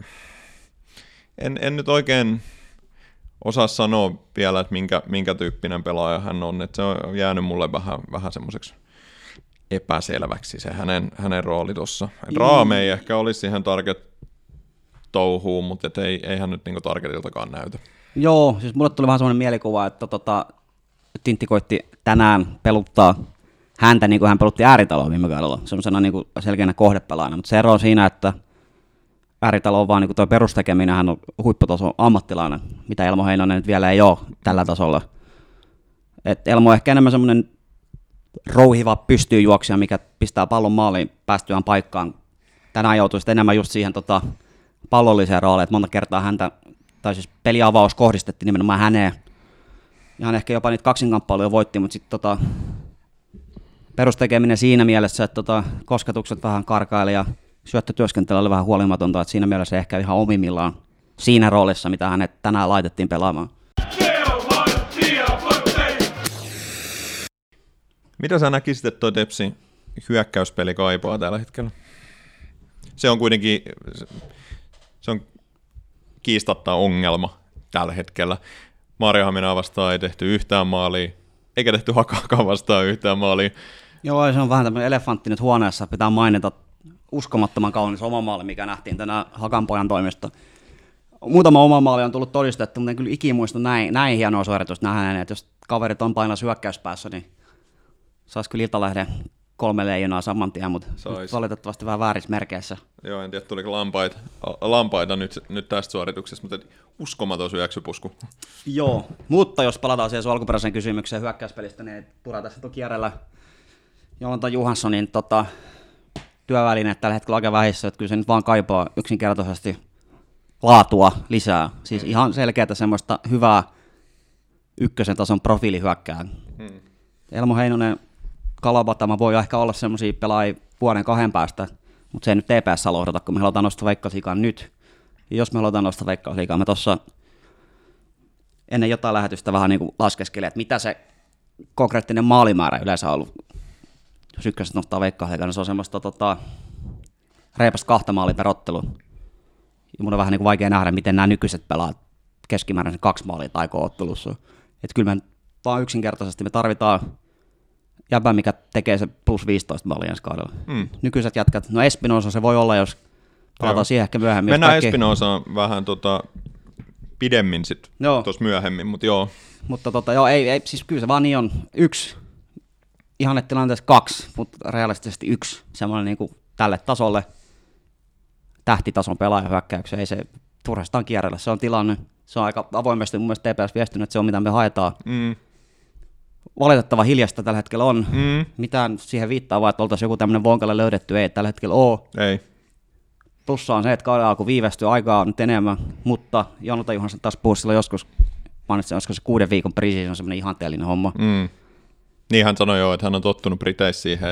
en, en nyt oikein osaa sanoa vielä, että minkä, minkä tyyppinen pelaaja hän on. Et se on jäänyt mulle vähän, vähän semmoiseksi epäselväksi se hänen, hänen rooli tuossa. Raame ei ehkä olisi siihen target-touhuun, mutta et ei, ei hän nyt niinku targetiltakaan näytä. Joo, siis mulle tuli vähän semmoinen mielikuva, että tota, Tintti koitti tänään peluttaa häntä niin kuin hän pelutti Ääritaloa viime kaudella, semmoisena niin kuin selkeänä kohdepelaajana, mutta se ero on siinä, että Ääritalo on vaan niin kuin tuo perustekeminen, hän on huipputason ammattilainen, mitä Elmo Heinonen nyt vielä ei ole tällä tasolla. Et Elmo on ehkä enemmän semmoinen rouhiva pystyynjuoksija, mikä pistää pallon maaliin päästyään paikkaan. Tänään joutui sitten enemmän just siihen tota, pallolliseen rooliin, että monta kertaa häntä, tai siis peliavaus kohdistettiin nimenomaan häneen. Ihan ehkä jopa niitä kaksinkamppailuja voitti, mutta sitten tota, perustekeminen siinä mielessä, että tota, kosketukset vähän karkaili ja syöttötyöskentely oli vähän huolimatonta, että siinä mielessä ehkä ihan omimmillaan siinä roolissa, mitä hänet tänään laitettiin pelaamaan. Mitä sä näkisit, että toi Tepsin hyökkäyspeli kaipaa tällä hetkellä? Se on kuitenkin, se on kiistatta ongelma tällä hetkellä. Maarianhaminaa vastaan ei tehty yhtään maalia, eikä tehty Hakaakaan vastaan yhtään maalia. Joo, se on vähän tämmöinen elefantti nyt huoneessa. Pitää mainita uskomattoman kaunis oma maali, mikä nähtiin tänään Hakanpojan toimesta. Muutama oma maali on tullut todistettu, mutta en kyllä ikinä muista näin, näin hienoa suoritusta nähdään, että jos kaverit on painaa hyökkäyspäässä, niin saisi kyllä Iltalehden kolme leijonaa saman tien, mutta valitettavasti vähän väärissä merkeissä. Joo, en tiedä tuliko lampaita, lampaita nyt, nyt tästä suorituksesta, mutta uskomaton syöksypusku. Joo, mutta jos palataan siihen sun alkuperäiseen kysymykseen hyökkäyspelistä, niin Tura tässä toki järjellä Jonathan Johanssonin tota, työvälineet tällä hetkellä aika vähissä, että kyllä se nyt vaan kaipaa yksinkertaisesti laatua lisää. Siis ihan selkeätä semmoista hyvää ykkösen tason profiilihyökkää. Hmm. Elmo Heinonen, Kalabatama voi ehkä olla semmoisia pelaajia vuoden kahden päästä, mutta se ei nyt T P S alohdata, kun me halutaan nostaa Veikkausliigaan nyt. Ja jos me halutaan nostaa Veikkausliigaa, me tuossa ennen jotain lähetystä vähän niin kuin laskeskelin, että mitä se konkreettinen maalimäärä yleensä on ollut. Jos ykköset nostaa Veikkausliigaa, niin se on semmoista tota, reipasta kahta maalia per ottelu. Ja mun on vähän niin kuin vaikea nähdä, miten nämä nykyiset pelaat keskimääräisen kaksi maalia taiko-ottelussa. Että kyllä me vaan yksinkertaisesti me tarvitaan jäbä, mikä tekee se plus viisitoista maalia ensi kaudella. Mm. Nykyiset jätkät, no Espinosa se voi olla, jos palataan siihen ehkä myöhemmin. Mennään kaikki... Espinosaan vähän tota, pidemmin sitten tuossa myöhemmin, mutta joo. Mutta tota, joo, ei, ei, siis kyllä se vaan niin on yksi, ihannetilanteessa kaksi, mutta realistisesti yksi semmoinen niin kuin tälle tasolle tähtitason pelaaja hyökkäyksiä, ei se turhastaan kierrellä, se on tilanne, se on aika avoimesti mun mielestä T P S viestinyt, että se on mitä me haetaan. Mm. Valitettava hiljasta tällä hetkellä on, mm. mitään siihen viittaa vaan, että oltaisiin joku tämmöinen vonkalle löydetty, ei tällä hetkellä ole. Ei. Plussa on se, että kauden alku viivästyy, aikaa on nyt enemmän, mutta Jonathan Johansson taas puhui silloin joskus, mainitsin, olisiko se kuuden viikon preseason on semmoinen ihanteellinen homma. Mm. Niin hän sanoi jo, että hän on tottunut Briteissä siihen, että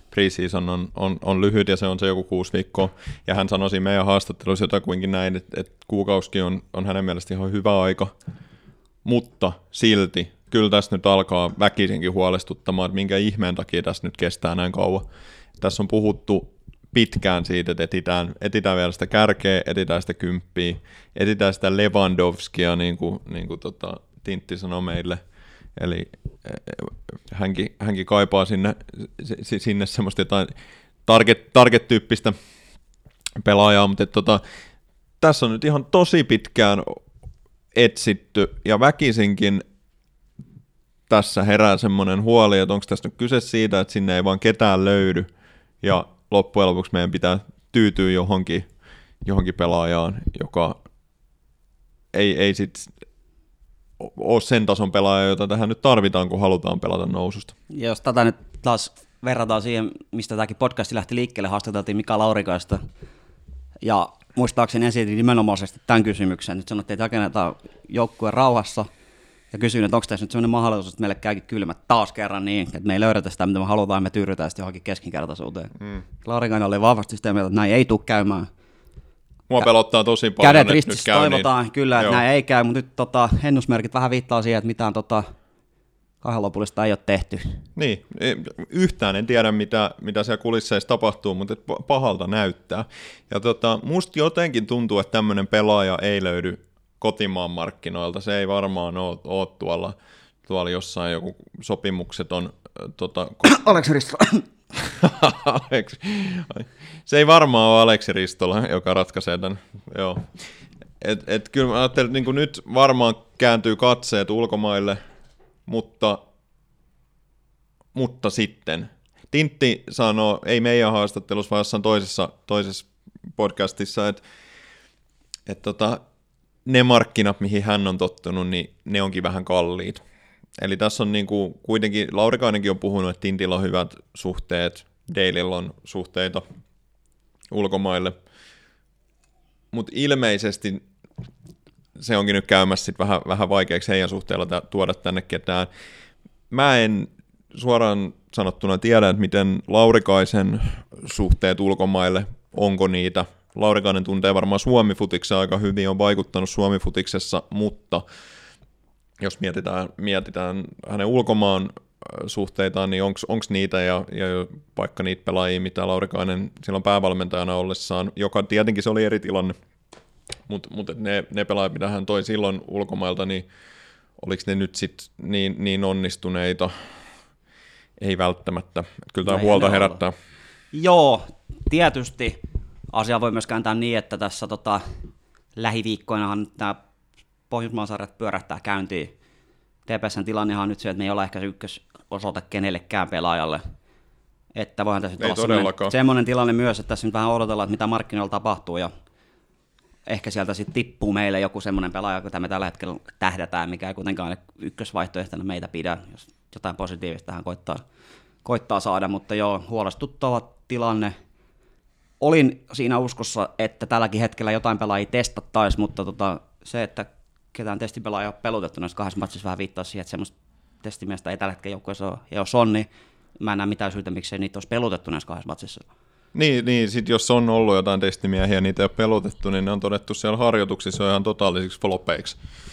preseason on, on, on lyhyt ja se on se joku kuusi viikkoa. Ja hän sanoi siinä meidän haastattelussa jotakuinkin näin, että, että kuukausikin on, on hänen mielestä ihan hyvä aika. Mutta silti, kyllä tässä nyt alkaa väkisinkin huolestuttamaan, että minkä ihmeen takia tässä nyt kestää näin kauan. Tässä on puhuttu pitkään siitä, että etitään, etitään vielä sitä kärkeä, etitään sitä kymppiä, etitään sitä Lewandowskia, niin kuin, niin kuin tota, Tintti sanoi meille. Eli hänkin, hänkin kaipaa sinne, sinne semmoista jotain target, target-tyyppistä pelaajaa, mutta et, tota, tässä on nyt ihan tosi pitkään etsitty, ja väkisinkin tässä herää semmoinen huoli, että onko tässä nyt kyse siitä, että sinne ei vaan ketään löydy, ja loppujen lopuksi meidän pitää tyytyä johonkin, johonkin pelaajaan, joka ei, ei sitten ole sen tason pelaaja, jota tähän nyt tarvitaan, kun halutaan pelata noususta. Ja jos tätä nyt taas verrataan siihen, mistä tämäkin podcasti lähti liikkeelle, haastateltiin Mika Laurikaista, ja muistaakseni esitin nimenomaisesti tämän kysymyksen. Nyt sanottiin, että rakennetaan joukkueen rauhassa, ja kysyin, että onko tässä nyt sellainen mahdollisuus, että meille käykin kylmät taas kerran niin, että me ei löydetä sitä, mitä me halutaan, me tyydytään sitten johonkin keskinkertaisuuteen. Mm. Laurikainen oli vahvasti sitä mieltä, että näin ei tule käymään. Mua pelottaa tosi paljon. Kädet ristissä toivotaan niin. kyllä, että Joo. näin ei käy, mutta nyt tota, ennusmerkit vähän viittaa siihen, että mitään tota, kahden lopullista ei ole tehty. Niin, yhtään en tiedä, mitä, mitä siellä kulisseissa tapahtuu, mutta pahalta näyttää. Ja tota, musta jotenkin tuntuu, että tämmöinen pelaaja ei löydy kotimaan markkinoilta. Se ei varmaan ole, ole tuolla, tuolla jossain joku sopimukset on... Tota, Aleksi Ristola. Aleksi. Se ei varmaan ole Aleksi Ristola, joka ratkaisee tämän. Joo. Et, et kyllä mä ajattelin, että niin nyt varmaan kääntyy katseet ulkomaille, mutta, mutta sitten. Tintti sanoo, ei meidän haastattelussa, vaan jossain toisessa, toisessa podcastissa, että et tota, ne markkinat, mihin hän on tottunut, niin ne onkin vähän kalliit. Eli tässä on niinku, kuitenkin, Laurikainenkin on puhunut, että Tintillä on hyvät suhteet, Dalella on suhteita ulkomaille, mutta ilmeisesti se onkin nyt käymässä sit vähän, vähän vaikeaksi heidän suhteella t- tuoda tänne ketään. Mä en suoraan sanottuna tiedä, että miten Laurikaisen suhteet ulkomaille, onko niitä. Laurikainen tuntee varmaan Suomi-futiksen aika hyvin, on vaikuttanut Suomi-futiksessa, mutta jos mietitään, mietitään hänen ulkomaan suhteitaan, niin onko niitä ja, ja vaikka niitä pelaajia, mitä Laurikainen silloin päävalmentajana ollessaan, joka tietenkin se oli eri tilanne, mutta mut ne, ne pelaajat, mitä hän toi silloin ulkomailta, niin oliko ne nyt sitten niin, niin onnistuneita? Ei välttämättä. Kyllä tämä huolta herättää. Joo, tietysti asia voi myös kääntää niin, että tässä tota, lähiviikkoinahan nämä Pohjoismaasarjat pyörähtää käyntiin. T P S:n tilannehan on nyt se, että me ei olla ehkä se ykkösosoite kenellekään pelaajalle. Että voihan tässä nyt olla semmoinen, semmoinen tilanne myös, että tässä nyt vähän odotellaan, että mitä markkinoilla tapahtuu, ja ehkä sieltä sitten tippuu meille joku semmoinen pelaaja, jota me tällä hetkellä tähdätään, mikä ei kuitenkaan ykkösvaihtoehtona meitä pidä, jos jotain positiivista tähän koittaa, koittaa saada, mutta joo, huolestuttava tilanne. Olin siinä uskossa, että tälläkin hetkellä jotain pelaajia testattaisiin, mutta tota, se, että ketään testipelaajia on pelutettu näissä kahdessa matsissa vähän viittaa siihen, että semmoista testimiestä ei tällä hetkellä joukkueessa ole, ja jos on, niin mä en näe mitään syytä, miksei niitä olisi pelutettu näissä kahdessa matsissa. Niin, niin sit jos on ollut jotain testimiehiä ja niitä ei ole pelutettu, niin ne on todettu siellä harjoituksissa ihan totaalisiksi flopeiksi.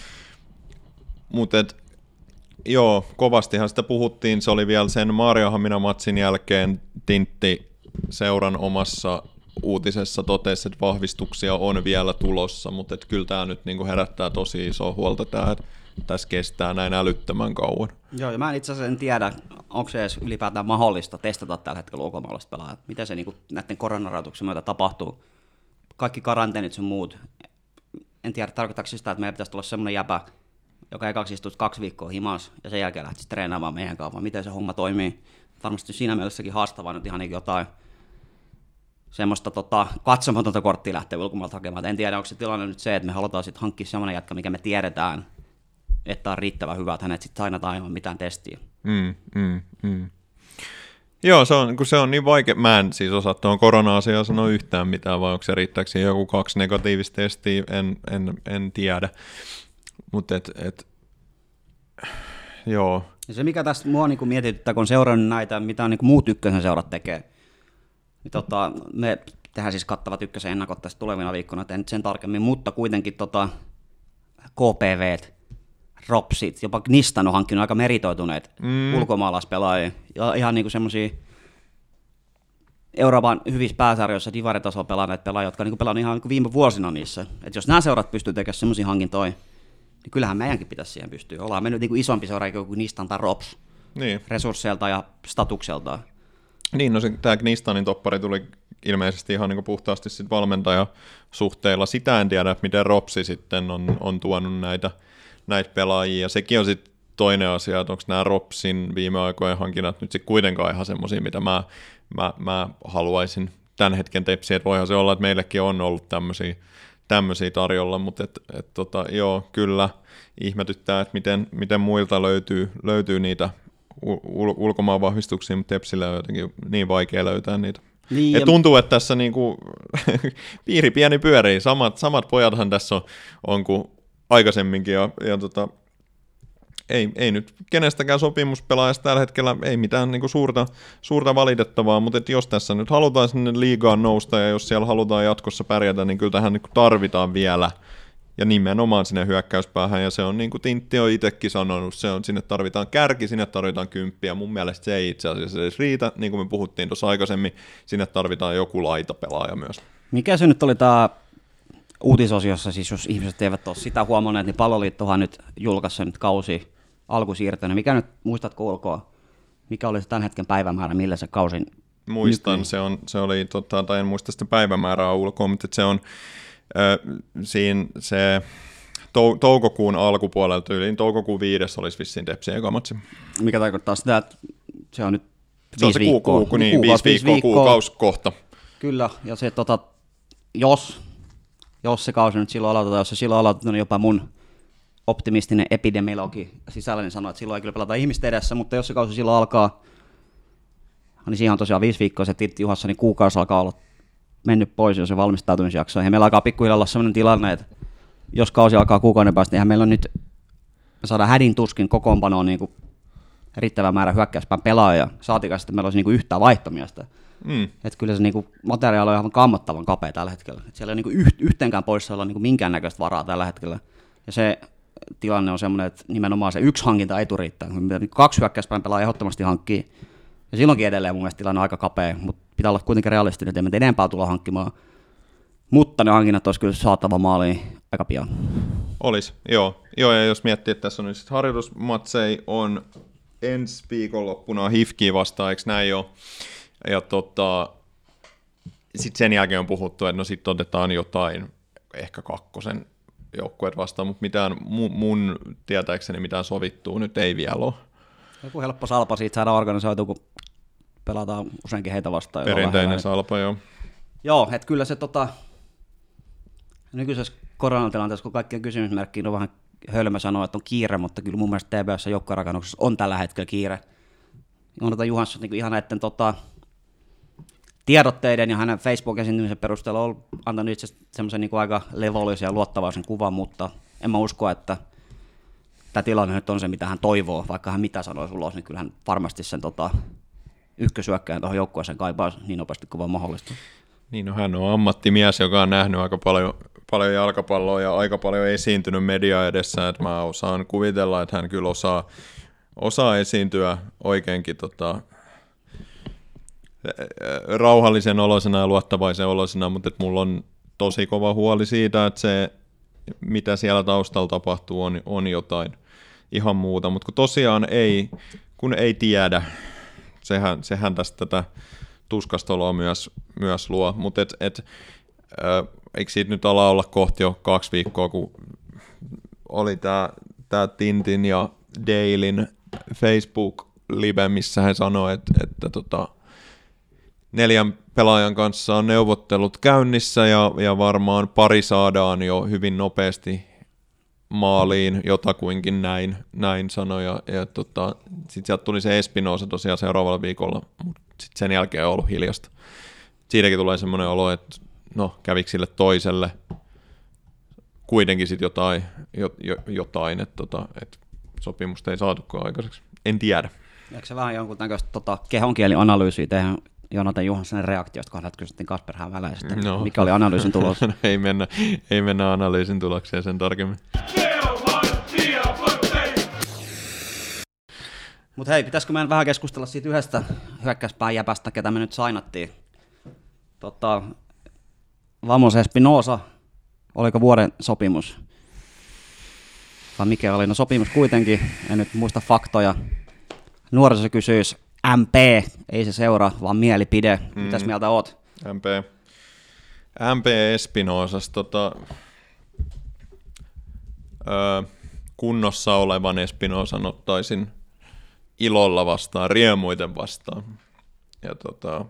Mutta joo, kovastihan sitä puhuttiin, se oli vielä sen Maarianhamina-matsin jälkeen Tintti seuran omassa uutisessa totesi, että vahvistuksia on vielä tulossa, mutta kyllä tämä nyt niinku herättää tosi isoa huolta tämä, että tässä kestää näin älyttömän kauan. Joo, ja mä en itse asiassa en tiedä, onko se edes ylipäätään mahdollista testata tällä hetkellä ulkomaalaista pelaajat. Miten se niinku näiden koronarajoituksen myötä tapahtuu? Kaikki karanteenit sun muut. En tiedä, tarkoittaako sitä, että meillä pitäisi tulla semmoinen jäpä, joka ekaksi istuisi kaksi viikkoa himas ja sen jälkeen lähtisi treenaamaan meidän kanssa, miten se homma toimii. Varmasti siinä mielessäkin haastavaa nyt ihan jotain semmoista tota, katsomatonta korttia lähtee ulkomailta hakemaan. En tiedä, onko se tilanne nyt se, että me halutaan sitten hankkia semmoinen jätkä, mikä me tiedetään, että on riittävän hyvä, että hänet sitten sainataan ilman mitään testiä. Mm, mm, mm. Joo, se on, kun se on niin vaikea. Mä en siis osaa tuohon korona-asiaa sanoa yhtään mitään, vai onko se riittääkö siihen joku kaksi negatiivista testiä, en, en, en tiedä. Mutta et, et, joo. Ja se mikä tässä mua niinku mietityttää, kun on seurannut näitä, mitä on niinku muut ykkösen seurat tekee, niin tota, me tehdään siis kattavat ykkösen ennakot tästä tulevina viikkoina, en nyt sen tarkemmin, mutta kuitenkin tota, K P V:t, Ropsit, jopa Gnistan on hankkinut aika meritoituneet mm. ulkomaalaispelaajia, ja ihan niinku semmosia Euroopan hyvissä pääsarjoissa divaritasolla pelaaneet pelaajia, jotka on niinku pelannut ihan niinku viime vuosina niissä. Et jos nämä seurat pystyy tekemään semmoisia hankintoja, niin kyllähän meidänkin pitäisi siihen pystyä. Ollaan me nyt niinku isompi seura kuin Gnistan tai Rops niin. Resursseilta ja statukseltaan. Niin, no tämä Gnistanin toppari tuli ilmeisesti ihan niinku puhtaasti sit valmentajasuhteilla. Sitä en tiedä, miten Ropsi sitten on, on tuonut näitä, näitä pelaajia. Ja sekin on sitten toinen asia, että onko nämä Ropsin viime aikojen hankinnat nyt sitten kuitenkaan ihan semmoisia, mitä mä, mä, mä haluaisin tämän hetken tepsiä. Että voihan se olla, että meillekin on ollut tämmöisiä, tämmöisiä tarjolla, mutta et, et tota, joo, kyllä ihmetyttää, että miten, miten muilta löytyy, löytyy niitä ul- ulkomaan vahvistuksia, mutta Tepsillä on jotenkin niin vaikea löytää niitä. Niin, ja tuntuu, että tässä niinku piiri pieni pyörii. Samat, samat pojathan tässä on, on kuin aikaisemminkin. Ja, ja tota, ei, ei nyt kenestäkään sopimuspelaajasta tällä hetkellä ei mitään niinku suurta, suurta valitettavaa, mutta et jos tässä nyt halutaan sinne liigaan nousta ja jos siellä halutaan jatkossa pärjätä, niin kyllä tähän niinku tarvitaan vielä. Ja nimenomaan sinne hyökkäyspäähän, ja se on niin kuin Tintti on itsekin sanonut, se on, sinne tarvitaan kärki, sinne tarvitaan kymppiä, mun mielestä se ei itse asiassa edes riitä, niin kuin me puhuttiin tuossa aikaisemmin, sinne tarvitaan joku laitapelaaja myös. Mikä se nyt oli tämä uutisosiossa, siis jos ihmiset eivät ole sitä huomanneet, niin Palloliittohan nyt julkaisi nyt kausi alkusiirtönä, mikä nyt, muistatko ulkoa, mikä oli se tämän hetken päivämäärä, millä se kausin Muistan, nykyinen? se, on, se oli, tota, tai en muista sitä päivämäärää ulkoa, mutta se on Ö, siinä se tou- toukokuun alkupuolella tyyliin, toukokuun viides olisi vissiin Tepsien eka matsi. Mikä tarkoittaa sitä, että se on nyt se viisi on se viikkoa. Kuuku, niin, kuukaus, viisi viikkoa, kuukausi kohta. Kyllä, ja se tota, jos, jos se kausi nyt silloin aloitetaan, jos se silloin aloitetaan, niin jopa mun optimistinen epidemiologi sisällä niin sanoo, että silloin ei kyllä pelata ihmisten edessä, mutta jos se kausi silloin alkaa, niin siihen on tosiaan viisi viikkoa se Tirtti Juhassa, niin kuukausi alkaa olla mennyt pois jo se valmistautumisjakso. Ja meillä alkaa pikkuhiljaa olla sellainen tilanne, että jos kausi alkaa kuukauden päästä, niin eihän meillä on nyt, me saadaan hädin tuskin kokoonpanoon niin kuin riittävä määrä hyökkäyspään pelaajia. Saatikaan sitten meillä olisi niin kuin yhtään vaihtomiestä. Mm. Että kyllä se niin kuin materiaali on ihan kammottavan kapea tällä hetkellä. Et siellä ei niin kuin yhteenkään poissa olla niin kuin minkäännäköistä varaa tällä hetkellä. Ja se tilanne on semmoinen, että nimenomaan se yksi hankinta ei tule riittää. Kaksi hyökkäyspään pelaajaa ehdottomasti hankkii. Ja silloinkin edelleen mun mielestä tilanne on aika kapea, mutta pitää olla kuitenkin realistinen, että emme enempää tulla hankkimaan. Mutta ne hankinnat olisi kyllä saatava maaliin aika pian. Olisi, joo. joo. Ja jos miettii, että tässä on nyt harjoitusmatsei on ensi viikonloppuna H I F K:ää vastaan, eikö näin ole? Ja tota, sitten sen jälkeen on puhuttu, että no sitten otetaan jotain, ehkä kakkosen joukkueet vastaan, mutta mitään mun, mun tietääkseni mitään sovittua nyt ei vielä ole. Joku helppo salpa siitä saada organisoitua, kun pelataan useinkin heitä vastaan. Perinteinen salpa, joo. Joo, että kyllä se tota, nykyisessä koronatilanteessa, kun kaikkien kysymysmerkkiin on vähän hölmö sanoa, että on kiire, mutta kyllä mun mielestä T B S joukkuerakennuksessa on tällä hetkellä kiire. Jonatan Johansson niin ihan näiden tota, tiedotteiden ja hänen Facebook-esiintymisen perusteella on antanut itse semmoisen niin aika levollisen ja luottavaisen kuvan, mutta en mä usko, että tämä tilanne nyt on se, mitä hän toivoo, vaikka hän mitä sanoisi ulos, niin kyllähän varmasti sen tota, ykkösyökkäjän tuohon joukkueeseen kaipaa niin nopeasti kuin vaan mahdollista. Niin, no hän on ammattimies, joka on nähnyt aika paljon, paljon jalkapalloa ja aika paljon esiintynyt media edessä, että mä osaan kuvitella, että hän kyllä osaa, osaa esiintyä oikeinkin tota, rauhallisen oloisena ja luottavaisen oloisena, mutta että mulla on tosi kova huoli siitä, että se, mitä siellä taustalla tapahtuu, on, on jotain ihan muuta, mutta kun tosiaan ei, kun ei tiedä, sehän, sehän tästä tätä tuskastoloa myös, myös luo, mutta et, et, äh, eikö siitä nyt ala olla kohti jo kaksi viikkoa, kun oli tämä tää Tintin ja Dailyn Facebook-live, missä he sanoi, että, että tota, neljän pelaajan kanssa on neuvottelut käynnissä ja, ja varmaan pari saadaan jo hyvin nopeasti maaliin, jotakuinkin näin, näin sanoi. Ja, ja tota, sitten sieltä tuli se Espinosa tosiaan seuraavalla viikolla, mutta sitten sen jälkeen on ollut hiljasta. Siitäkin tulee semmoinen olo, että no kävikö sille toiselle kuitenkin sitten jotain, jo, jo, jotain että tota, et sopimusta ei saatukaan aikaiseksi. en tiedä. Eikö se vähän jonkun näköistä tota, kehonkielianalyysiä tehdä Joonatan Johanssonin reaktiosta, kun häneltä kysyttiin Kasper Hämäläisestä, No. mikä oli analyysin tulos? ei, mennä, ei mennä analyysin tulokseen sen tarkemmin. Mutta hei, pitäisikö meidän vähän keskustella siitä yhdestä hyökkäyspään jäpästä, ketä me nyt sainattiin? Tota, Vamos Espinosa, oliko vuoden sopimus? Vai mikä oli? No sopimus kuitenkin, en nyt muista faktoja. Nuoriso kysyisi M P, ei se seura, vaan mielipide. Mm. Mitäs mieltä oot? M P. M P Espinosas, tota, öö, kunnossa olevan Espinosan ottaisin ilolla vastaan, riemuiten vastaan. Ja tota,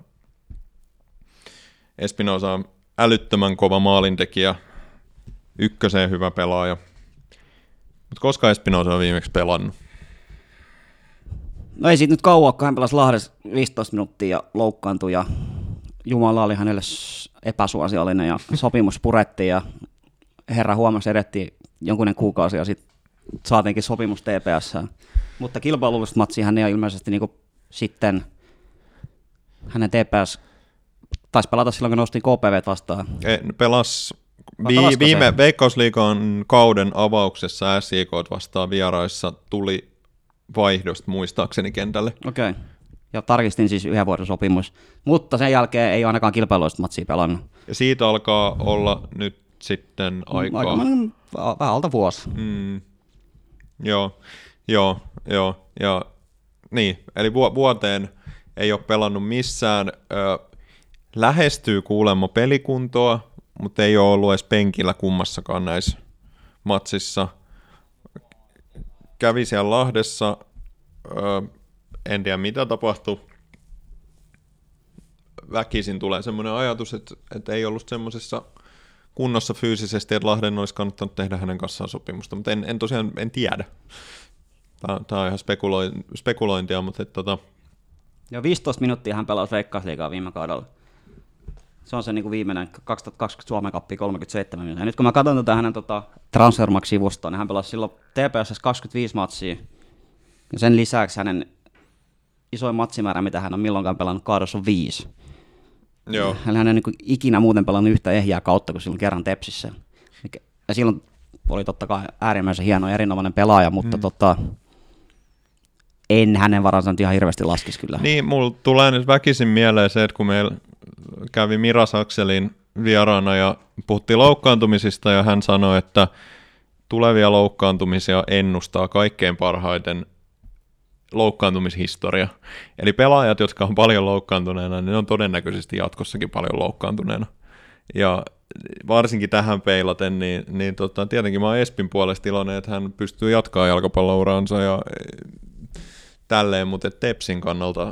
Espinosa on älyttömän kova maalintekijä, ykköseen hyvä pelaaja. Mutta koska Espinosa on viimeksi pelannut? No ei siitä nyt kauan, kun hän pelasi Lahdessa viisitoista minuuttia ja loukkaantui ja Jumala oli hänelle epäsuosiollinen ja sopimus purettiin ja herra huomasi edettiin jonkunen kuukausi ja sitten saatiinkin sopimus T P S:ään. Mutta kilpailullista matsia hän ei ole ilmeisesti niinku sitten hänen T P S taisi pelata silloin, kun noustiin K P V vastaan. E, pelas vi, viime Veikkausliigan kauden avauksessa S I K vastaan vieraissa tuli vaihdosta muistaakseni kentälle. Okei. Okay. Ja tarkistin siis yhden vuoden sopimus. Mutta sen jälkeen ei ole ainakaan kilpailuista matsia pelannut. Ja siitä alkaa olla nyt sitten aikaa. Aika vähän alta vuosi. Mm. Joo, joo, joo. Ja, niin, eli vu- vuoteen ei ole pelannut missään. Ö, lähestyy kuulemma pelikuntoa, mutta ei ole ollut edes penkillä kummassakaan näissä matsissa. Kävi siellä Lahdessa, öö, en tiedä mitä tapahtui. Väkisin tulee semmoinen ajatus, että, että ei ollut semmoisessa kunnossa fyysisesti, että Lahden olisi kannattanut tehdä hänen kanssaan sopimusta, mutta en, en tosiaan en tiedä. Tämä, tämä on ihan spekuloin, spekulointia, mutta että, tota... Joo, viisitoista minuuttia hän pelasi Veikkausliigaa viime kaudella. Se on se niin kuin viimeinen kaksituhattakaksikymmentä Suomen Cupia kolmekymmentäseitsemän minuuttia. Ja nyt kun mä katson tätä hänen tota, Transfermarkt-sivustoa, niin hän pelasi silloin T P S kaksikymmentäviisi matsia. Ja sen lisäksi hänen isoin matsimäärä, mitä hän on milloinkaan pelannut kaadossa, on viisi. Joo. Hän ei niin kuin ikinä muuten pelannut yhtä ehjää kautta kuin silloin kerran Tepsissä. Ja silloin oli totta kai äärimmäisen hieno ja erinomainen pelaaja, mutta mm. tota, en hänen varansa nyt ihan hirveästi laskisi kyllä. Niin, mulla tulee nyt väkisin mieleen se, että kun meillä kävi Mira Sakselin vieraana ja puhuttiin loukkaantumisista ja hän sanoi, että tulevia loukkaantumisia ennustaa kaikkein parhaiten loukkaantumishistoria. Eli pelaajat, jotka on paljon loukkaantuneena, niin ne on todennäköisesti jatkossakin paljon loukkaantuneena. Ja varsinkin tähän peilaten, niin, niin tota, tietenkin mä oon Espin puolesta iloinen, että hän pystyy jatkaa jalkapallouraansa ja tälleen, mutta Tepsin kannalta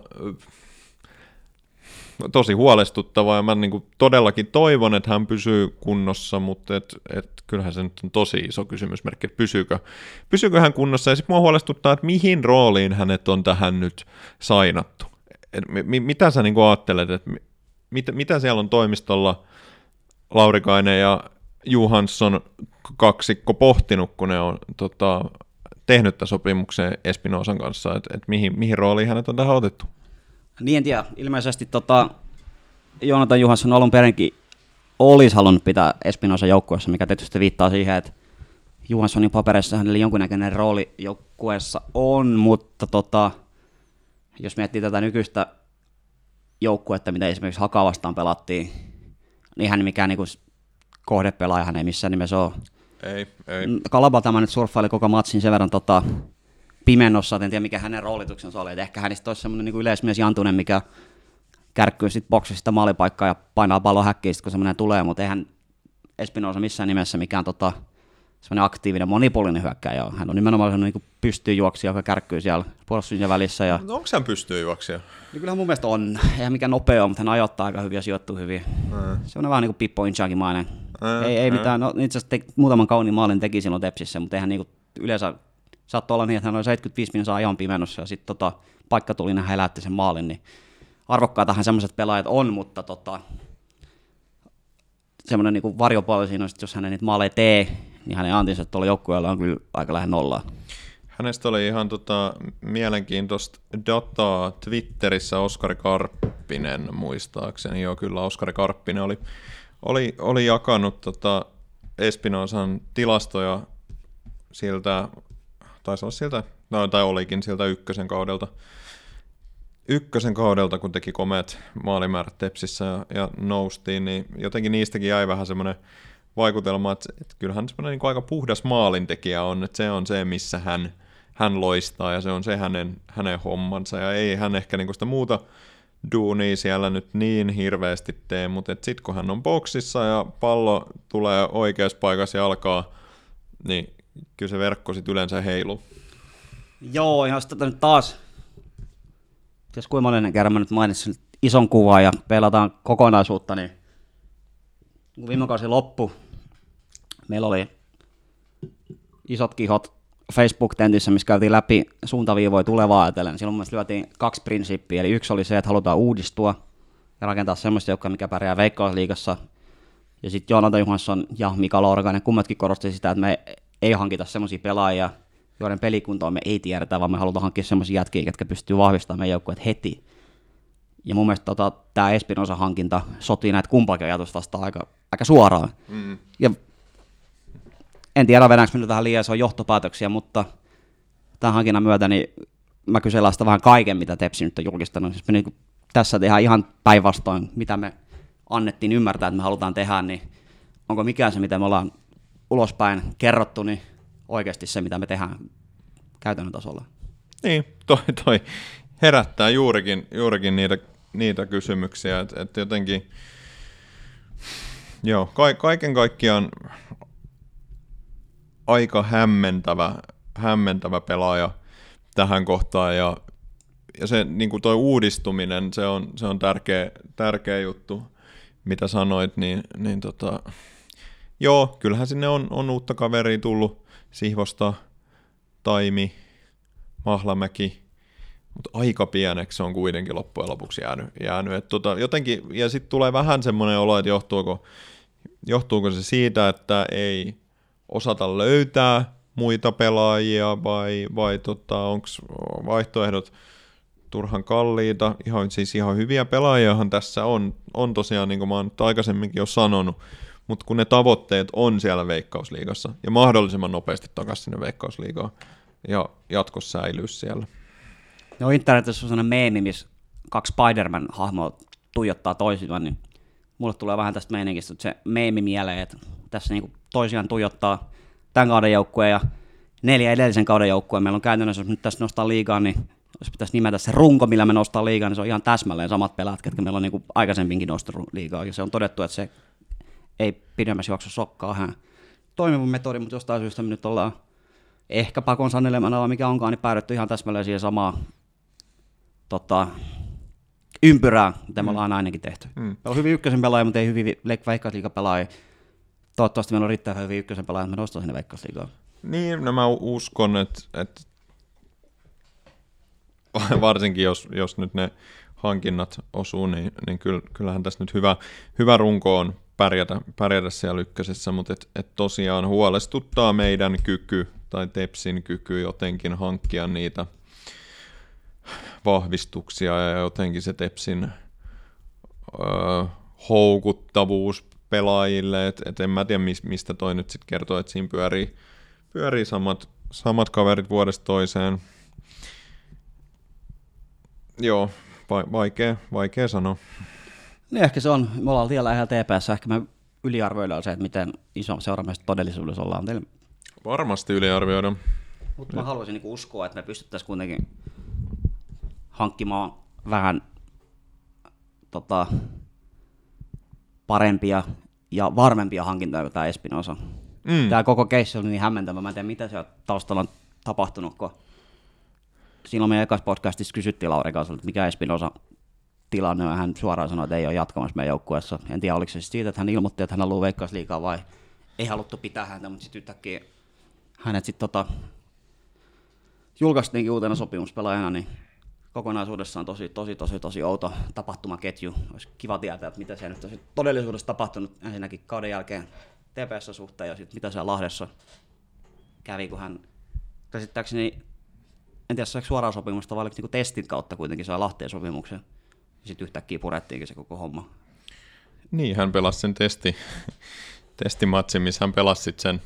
tosi huolestuttavaa, ja mä niin kuin todellakin toivon, että hän pysyy kunnossa, mutta et, et, kyllähän se nyt on tosi iso kysymysmerkki, että pysyykö, pysyykö hän kunnossa, ja sitten mua huolestuttaa, että mihin rooliin hänet on tähän nyt sainattu. Et, mi, mitä sä niin kuin ajattelet, että mit, mitä siellä on toimistolla Laurikainen ja Johansson kaksikko pohtinut, kun ne on tota, tehnyt tämän sopimuksen Espinosan kanssa, että et mihin, mihin rooliin hänet on tähän otettu? Niin en tiedä. Ilmeisesti tota, Joonatan Johansson alun perinkin olisi halunnut pitää Espinosan joukkueessa, mikä tietysti viittaa siihen, että Johanssonin papereissa hänellä jonkunnäköinen rooli joukkueessa on, mutta tota, jos miettii tätä nykyistä joukkuetta, mitä esimerkiksi Hakaa vastaan pelattiin, niin hän mikään niinku kohdepelaaja hän ei missään nimessä ole. Ei, ei. Kalaba tämä nyt surffaili koko matsin sen verran tota, pimennossa, en tiedä mikä hänen roolituksensa oli, että ehkä hänistä olisi semmoinen niin yleismies Jantunen, mikä kärkkyy sitten boksista maalipaikkaa ja painaa pallon häkkiin, kun semmoinen tulee, mutta eihän Espinosa missään nimessä mikään tota, semmoinen aktiivinen, monipuolinen hyökkääjä. Hän on nimenomaan semmoinen niin pystyy juoksija, joka kärkkyy siellä puolustuslinjan välissä. Ja... No, onko hän pystyy juoksija? No, kyllähän mun mielestä on. Eihän mikään nopea ole, mutta hän ajoittaa aika hyvin ja sijoittuu hyvin. Mm. Se on vähän niin kuin Pippo Inchagimainen. Mm. Ei, ei mm. mitään, no itse asiassa te, muutaman kauniin maalin teki silloin Tepsissä, mutta eihän niin kuin yleensä saattoi olla niin, että hän oli seitsemänkymmentäviisi minuuttia ajan pimennossa ja sitten tota, paikka tuli, hän helätti sen maalin, niin arvokkaitahan semmoiset pelaajat on, mutta tota, semmoinen niin varjopuoli siinä on, että jos hän ei niitä maaleja tee, niin hänen antinsa tuolla joukkueella on kyllä aika lähden nollaa. Hänestä oli ihan tota, mielenkiintoista dataa Twitterissä. Oskari Karppinen muistaakseni. Joo, kyllä Oskari Karppinen oli, oli, oli jakanut tota Espinosan tilastoja siltä, taisi olla siltä, no, tai olikin siltä ykkösen kaudelta. Ykkösen kaudelta, kun teki komeat maalimäärät Tepsissä ja, ja noustiin, niin jotenkin niistäkin jäi vähän semmoinen vaikutelma, että, että kyllähän semmoinen niin kuin aika puhdas maalintekijä on, että se on se, missä hän, hän loistaa ja se on se hänen, hänen hommansa ja ei hän ehkä niin kuin sitä muuta duunia siellä nyt niin hirveästi tee, mutta sitten kun hän on boksissa ja pallo tulee oikeassa paikassa ja alkaa, niin kyllä se verkko sitten yleensä heiluu. Joo, ihan sitä nyt taas, jos kuinka monen kerran mä nyt mainitsin ison kuvan ja pelataan kokonaisuutta, niin kun viime kausi loppu, meillä oli isot kihot Facebook-tentissä, missä käytiin läpi suuntaviivoja tulevaa ajatellen. Silloin mun lyötiin kaksi prinsiippiä, eli yksi oli se, että halutaan uudistua ja rakentaa semmoista joukkoa, mikä pärjää Veikkausliigassa. Ja sitten Joonatan Johansson ja Mika Laurakainen kummatkin korosti sitä, että me ei hankita semmoisia pelaajia, joiden pelikuntoa me ei tiedetä, vaan me halutaan hankkia semmoisia jätkiä, jotka pystyy vahvistamaan meidän joukkueet heti. Ja mun mielestä tota, tämä Espinosan hankinta sotii näitä kumpaakin ajatusta vastaan aika, aika suoraan. Mm. Ja en tiedä, vedäänkö minä tähän liian isoja johtopäätöksiä, mutta tämän hankinnan myötä niin mä kyseenalaistan vähän kaiken, mitä Tepsi nyt on julkistanut. Siis me niin tässä tehdään ihan päinvastoin, mitä me annettiin ymmärtää, että me halutaan tehdä, niin onko mikään se, mitä me ollaan ulospäin kerrottu, niin oikeasti se, mitä me tehdään käytännön tasolla. Niin, toi, toi herättää juurikin, juurikin niitä, niitä kysymyksiä, että et jotenkin, joo, ka- kaiken kaikkiaan aika hämmentävä, hämmentävä pelaaja tähän kohtaan, ja, ja se niin kuin toi uudistuminen, se on, se on tärkeä, tärkeä juttu, mitä sanoit, niin, niin tota, joo, kyllähän sinne on, on uutta kaveria tullut, Sihvosta, Taimi, Mahlamäki, mutta aika pieneksi se on kuitenkin loppujen lopuksi jäänyt. jäänyt. Et tota, jotenkin, ja sitten tulee vähän semmoinen olo, että johtuuko, johtuuko se siitä, että ei osata löytää muita pelaajia, vai, vai tota, onko vaihtoehdot turhan kalliita. Ihan, siis ihan hyviä pelaajiahan tässä on, on tosiaan, niin kuin mä oon aikaisemminkin jo sanonut, mutta kun ne tavoitteet on siellä Veikkausliigassa ja mahdollisimman nopeasti takaisin sinne Veikkausliigaan ja jatkossa säilyy siellä. No internetissä on sellainen meemi, missä kaksi Spider-Man-hahmoa tuijottaa toisiaan, niin mulle tulee vähän tästä meiningistä se meemi mieleen, että tässä niinku toisiaan tuijottaa tämän kauden joukkueen ja neljä edellisen kauden joukkueen. Meillä on käytännössä, jos nyt tässä nostaa liigaa, niin jos pitäisi nimetä se runko, millä me nostaa liigaa, niin se on ihan täsmälleen samat pelaat, ketkä meillä on niinku aikaisemminkin nostanut liigaa. Ja se on todettu, että se ei pidemmässä juoksussa sokkaa hän toimiva metodi, mutta jostain syystä me nyt ollaan ehkä pakon sanelemana, mikä onkaan, niin päädytty ihan täsmälleen siihen samaan tota, ympyrää, mitä me ollaan ainakin tehty. Mm. Meillä on hyvin ykkösen pelaajia, mutta ei hyvin Veikkausliigapelaajia. Toivottavasti meillä on riittää hyvin ykkösen pelaajia, että me nostaa sinne Veikkausliigaan. Niin, no mä uskon, että, että varsinkin jos, jos nyt ne hankinnat osuu, niin, niin kyllähän tässä nyt hyvä, hyvä runko on pärjätä, pärjätä siellä ykkösessä, mutta et, et tosiaan huolestuttaa meidän kyky tai Tepsin kyky jotenkin hankkia niitä vahvistuksia ja jotenkin se Tepsin öö, houkuttavuus pelaajille, että et en mä tiedä mistä toi nyt sitten kertoo, että siinä pyörii, pyörii samat, samat kaverit vuodesta toiseen. Joo, va- vaikea, vaikea sanoa. Niin ehkä se on, me ollaan vielä lähellä T P S, ehkä me yliarvioidaan se, että miten iso seura meistä todellisuudessa ollaan. Teille... Varmasti yliarvioidaan. Mutta mä haluaisin niinku uskoa, että me pystyttäisiin kuitenkin hankkimaan vähän tota, parempia ja varmempia hankintoja kuin tämä Espinosa. Mm. Tämä koko keissi on niin hämmentävä. Mä en tiedä, mitä siellä taustalla on tapahtunut, kun silloin meidän ekassa podcastissa kysyttiin Lauri kanssa, että mikä Espinosa tilanne, ja hän suoraan sanoi, että ei ole jatkamassa meidän joukkueessa. En tiedä, oliko se siitä, että hän ilmoitti, että hän haluaa Veikkausliigaa vai ei haluttu pitää häntä, mutta sitten yhtäkkiä hänet sitten tota, julkaistiinkin uutena sopimuspelaajana, niin kokonaisuudessaan tosi, tosi, tosi, tosi outo tapahtumaketju. Olisi kiva tietää, että mitä siellä nyt on todellisuudessa tapahtunut ensinnäkin kauden jälkeen T P S-suhteen ja sitten mitä siellä Lahdessa kävi, kun hän käsittääkseni, en tiedä saako suoraan sopimusta, vai oliko niinku testin kautta kuitenkin saa Lahteen sopimuksen. Ja sitten yhtäkkiä purettiinkin se koko homma. Niin, hän pelasi sen testi, testimatsin, missä hän pelasi sit sen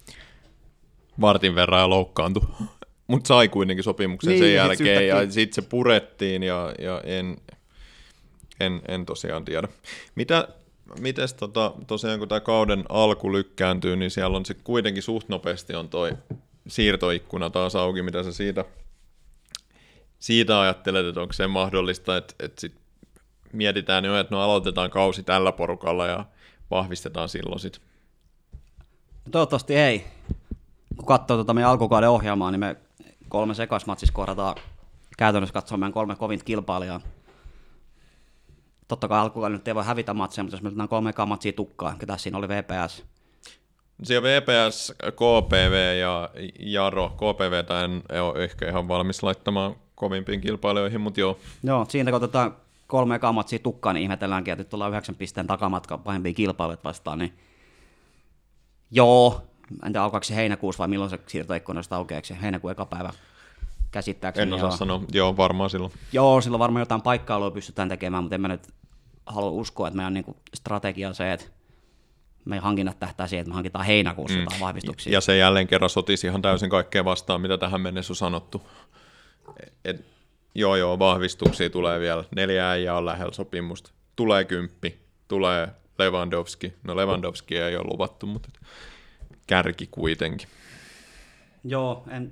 vartin verran ja loukkaantui. Mutta sai kuitenkin sopimuksen niin, sen sit jälkeen, ja sitten se purettiin, ja, ja en, en, en tosiaan tiedä. Mitä, mites tota, tosiaan kun tämä kauden alku lykkääntyy, niin siellä on se kuitenkin suht nopeasti on toi siirtoikkuna taas auki, mitä sä siitä, siitä ajattelet, että onko se mahdollista, että, että sit mietitään jo, että no aloitetaan kausi tällä porukalla ja vahvistetaan silloin sitten. Toivottavasti ei. Kun katsoo tuota meidän alkukauden ohjelmaa, niin me kolme sekasmatsissa kohdataan käytännössä katsoa meidän kolme kovinta kilpailijaa. Totta kai alkukauden nyt ei voi hävitä matseja, mutta jos me otetaan kolme ekaa matsia tukkaa, ketä siinä oli V P S. Siellä V P S, K P V ja Jaro. K P V:tä en ole ehkä ihan valmis laittamaan kovimpiin kilpailijoihin, mutta joo. Joo, siinä kun otetaan kolme ekaa matsia tukkaa, niin ihmetelläänkin, että nyt ollaan yhdeksän pisteen takamatka pahempia kilpailijoita vastaan. Niin joo, en tiedä alkaako se heinäkuussa vai milloin se siirtoikkunasta aukeaksi, heinäkuun eka päivä käsittääkseni. En osaa joo. sanoa, joo varmaan silloin. Joo, silloin varmaan jotain paikkailua pystytään tekemään, mutta en mä nyt halua uskoa, että meidän niinku strategia on se, että meidän hankinnat tähtää siihen, että me hankitaan heinäkuussa mm. jotain vahvistuksia. Ja se jälleen kerran sotisi ihan täysin kaikkea vastaan, mitä tähän mennessä on sanottu. Et, joo joo, vahvistuksia tulee vielä. Neljä äijää on lähellä sopimusta. Tulee kymppi, tulee Lewandowski. No Lewandowski ei ole luvattu, mutta kärki kuitenkin. Joo, en,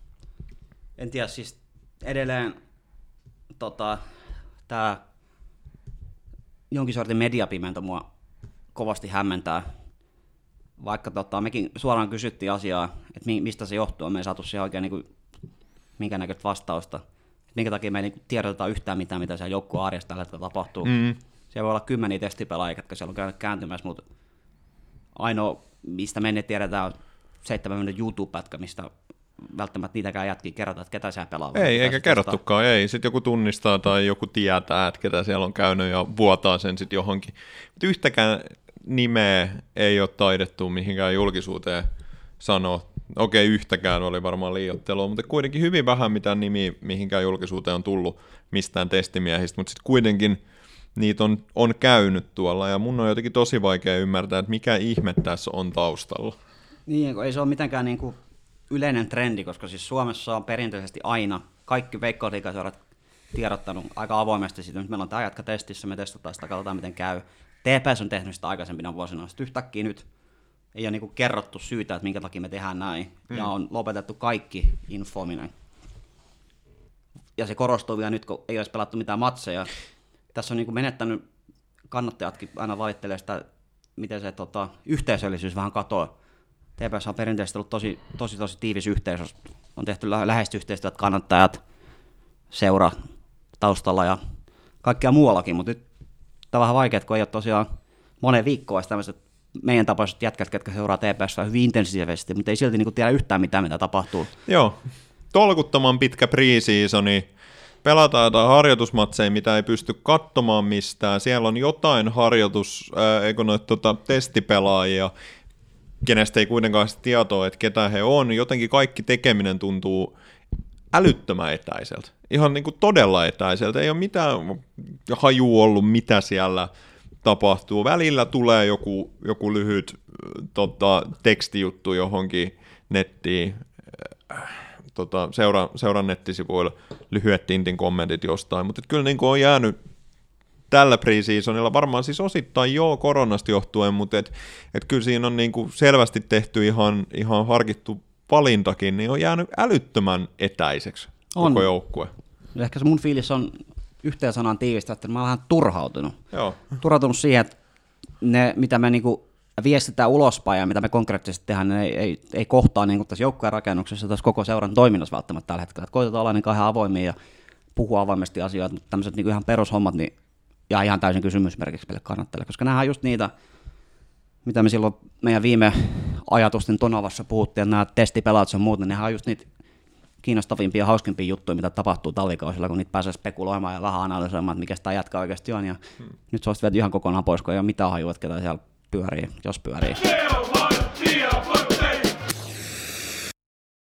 en tiedä, siis edelleen tota, tämä jonkin sortin mediapimento mua kovasti hämmentää, vaikka tota, mekin suoraan kysyttiin asiaa, että mi, mistä se johtuu, me ei saatu siihen oikein niin minkä näköistä vastausta, minkä takia me ei niin tiedotetaan yhtään mitään, mitä siellä joukkueen arjessa tällä hetkellä tapahtuu. Mm. Siellä voi olla kymmeniä testipelaajia, jotka siellä on käynyt kääntymässä, mutta ainoa, mistä me ennen tiedetään, on seitsemän minuutin YouTube-pätkä, mistä välttämättä niitäkään jätkiä kerrotaan, että ketä siellä pelaa. Ei, eikä kerrottukaan, ei. Sitten joku tunnistaa tai joku tietää, että ketä siellä on käynyt ja vuotaa sen sitten johonkin. Mutta yhtäkään nimeä ei ole taidettu mihinkään julkisuuteen sanoa. Okei, yhtäkään oli varmaan liioittelua, mutta kuitenkin hyvin vähän mitään nimiä mihinkään julkisuuteen on tullut mistään testimiehistä, mutta sitten kuitenkin niitä on, on käynyt tuolla, ja mun on jotenkin tosi vaikea ymmärtää, että mikä ihme tässä on taustalla. Niin, ei se ole mitenkään niin kuin yleinen trendi, koska siis Suomessa on perinteisesti aina kaikki veikkausliigaseurat tiedottanut aika avoimesti siitä, nyt meillä on tämä jatka testissä, me testataan sitä, katsotaan miten käy. T P S on tehnyt sitä aikaisempina vuosina, sitten yhtäkkiä nyt ei ole niinku kerrottu syytä, että minkä takia me tehdään näin, mm. ja on lopetettu kaikki informinen. Ja se korostuu vielä nyt, kun ei olisi pelattu mitään matseja. Tässä on niinku menettänyt, kannattajatkin aina valittelee sitä, miten se tota, yhteisöllisyys vähän katoaa. T P S on perinteisesti ollut tosi, tosi, tosi tiivis yhteisö. On tehty läheistä yhteistyötä kannattajat, seura taustalla ja kaikkea muuallakin, mutta nyt tämä on vähän vaikeaa, kun ei ole tosiaan moneen viikkoon tämmöiset meidän tapaiset jätkät, jotka seuraa T P S hyvin intensiivisesti, mutta ei silti niinku tiedä yhtään mitään, mitä tapahtuu. Joo, tolkuttoman pitkä pre-seasoni. Pelataan jotain harjoitusmatseja, mitä ei pysty katsomaan mistään. Siellä on jotain harjoitus, ää, eikö noita tota, testipelaajia, kenestä ei kuitenkaan sitä tietoa, että ketä he on. Jotenkin kaikki tekeminen tuntuu älyttömän etäiseltä. Ihan niin kuin todella etäiseltä. Ei ole mitään hajua ollut, mitä siellä tapahtuu. Välillä tulee joku, joku lyhyt tota, tekstijuttu johonkin nettiin. Tota, seura, seuran nettisivuilla lyhyet tintin kommentit jostain, mutta kyllä niin kuin on jäänyt tällä pre-seasonilla varmaan siis osittain joo koronasta johtuen, mutta et, et kyllä siinä on niin kuin selvästi tehty ihan, ihan harkittu valintakin, niin on jäänyt älyttömän etäiseksi on. Koko joukkue. Ehkä se mun fiilis on yhteen sanaan tiivistä, että mä oon vähän turhautunut. Joo. Turhautunut siihen, että ne, mitä me niinku viestitään ulospäin ja mitä me konkreettisesti tehdään, ne ei, ei, ei kohtaa niin tässä joukkueen rakennuksessa tässä koko seuran toiminnassa välttämättä tällä hetkellä. Että koitetaan olla niin ihan avoimia ja puhua avoimesti asioita, mutta tämmöiset niin ihan perushommat niin jää ihan täysin kysymysmerkiksi meille kannattajille, koska nämä on just niitä, mitä me silloin meidän viime ajatusten Tonovassa puhuttiin, että nämä testipelaat ja muut, niin nehän on just niitä kiinnostavimpia ja hauskimpia juttuja, mitä tapahtuu talvikausilla, kun niitä pääsee spekuloimaan ja vähän analysoimaan, että mikä sitä jatkaa oikeasti on. Ja hmm. Nyt se olisi viety ihan kokonaan pois, kun ei ole mitään hajua, että ketä siellä pyörii, jos pyörii.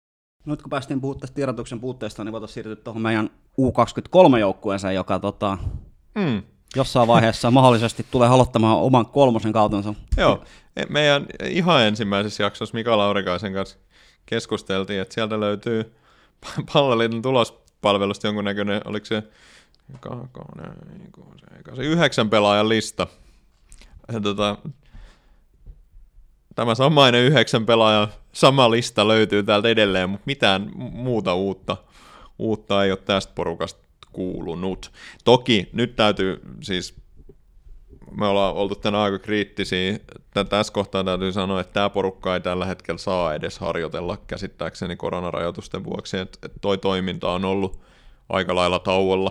Nyt kun päästiin puhua tästä tiedotuksen puutteesta, niin voitaisiin siirtyä tuohon meidän U kaksikymmentäkolme-joukkueeseen, joka tota, Mm. jossain vaiheessa mahdollisesti tulee aloittamaan oman kolmosen kautensa. Joo, meidän ihan ensimmäisessä jaksossa Mika Laurikaisen kanssa keskusteltiin, että sieltä löytyy Palloliiton tulospalvelusta jonkunnäköinen, oliko se, se yhdeksän pelaajan lista. Ja tota, tämä samainen yhdeksän pelaajan sama lista löytyy täältä edelleen, mutta mitään muuta uutta, uutta ei ole tästä porukasta kuulunut. Toki nyt täytyy siis, me ollaan oltu tänään aika kriittisiä, tässä kohtaa täytyy sanoa, että tämä porukka ei tällä hetkellä saa edes harjoitella käsittääkseni koronarajoitusten vuoksi, että et toi toiminta on ollut aika lailla tauolla.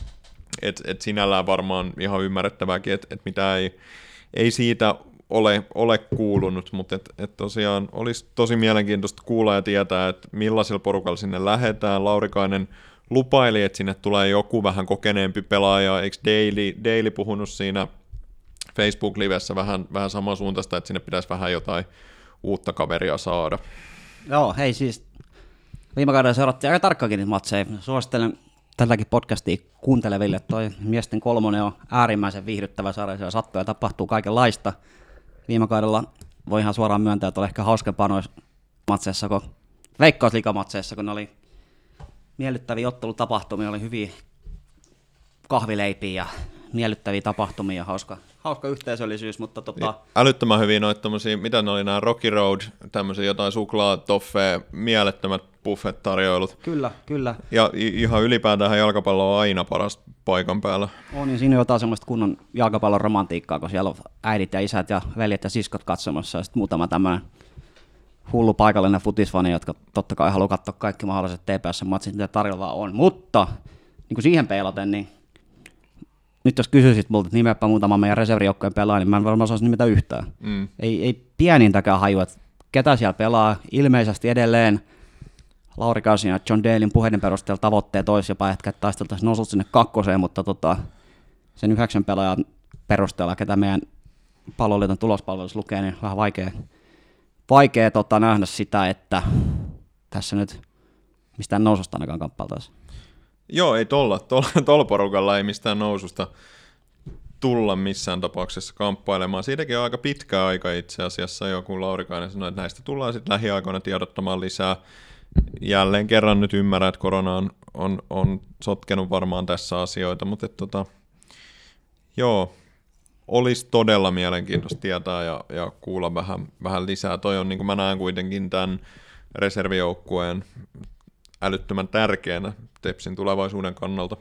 Et, et sinällään varmaan ihan ymmärrettävääkin, että et mitä ei, ei siitä ole, ole kuulunut, mutta et, et tosiaan olisi tosi mielenkiintoista kuulla ja tietää, että millaisella porukalla sinne lähdetään. Laurikainen lupaili, että sinne tulee joku vähän kokeneempi pelaaja, eikö Daily, Daily puhunut siinä Facebook-livessä vähän, vähän samansuuntaista, että sinne pitäisi vähän jotain uutta kaveria saada. Joo, hei siis viime kaudella seurattiin aika tarkkaakin niitä matseja. Suosittelen tälläkin podcastia kuunteleville. Toi miesten kolmonen on äärimmäisen viihdyttävä sarja, siellä sattuu ja tapahtuu kaikenlaista. Viime kaudella voi ihan suoraan myöntää, että oli ehkä hauskempaa noissa matseissa kuin Veikkausliigamatseissa, kun ne oli miellyttäviä ottelutapahtumia, oli hyviä kahvileipiä ja miellyttäviä tapahtumia ja hauska, hauska yhteisöllisyys, mutta tota... Älyttömän hyviä noita tommosia, mitä ne oli nämä Rocky Road, tämmöisiä jotain suklaa, toffee, mielettömät buffet-tarjoilut. Kyllä, kyllä. Ja ihan ylipäätään jalkapallo on aina paras paikan päällä. On, niin siinä on jotain semmoista kunnon jalkapallon romantiikkaa, kun siellä on äidit ja isät ja veljet ja siskot katsomassa ja sitten muutama tämmöinen hullu paikallinen futisfani, jotka totta kai haluaa katsoa kaikki mahdolliset T P S-matsit, mitä tarjolla on. Mutta niin kuin siihen peilaten, niin nyt jos kysyisit multa, että nimeäpä muutama meidän reservijoukkojen pelaa, niin mä en varmaan saisi nimetä yhtään. Mm. Ei, ei pienintäkään haju, että ketä siellä pelaa. Ilmeisesti edelleen Laurikaisen ja John Dalyn puheiden perusteella tavoitteet olisi jopa, että taisteltaisiin nousulta sinne kakkoseen, mutta tota, sen yhdeksän pelaajan perusteella, ketä meidän Palloliiton tulospalvelussa lukee, niin vähän vaikea, vaikea tota, nähdä sitä, että tässä nyt mistään noususta ainakaan kamppailtaisiin. Joo, ei tolla, tolla, tolla porukalla ei mistään noususta tulla missään tapauksessa kamppailemaan. Siitäkin on aika pitkä aika itse asiassa jo, kun Laurikainen sanoi, että näistä tullaan sitten lähiaikoina tiedottamaan lisää. Jälleen kerran nyt ymmärrän, että korona on, on, on sotkenut varmaan tässä asioita, mutta et, tota, joo, olisi todella mielenkiintoista tietää ja, ja kuulla vähän, vähän lisää. Toi on, niin kuin mä näen kuitenkin tämän reservijoukkueen älyttömän tärkeänä Tepsin tulevaisuuden kannalta.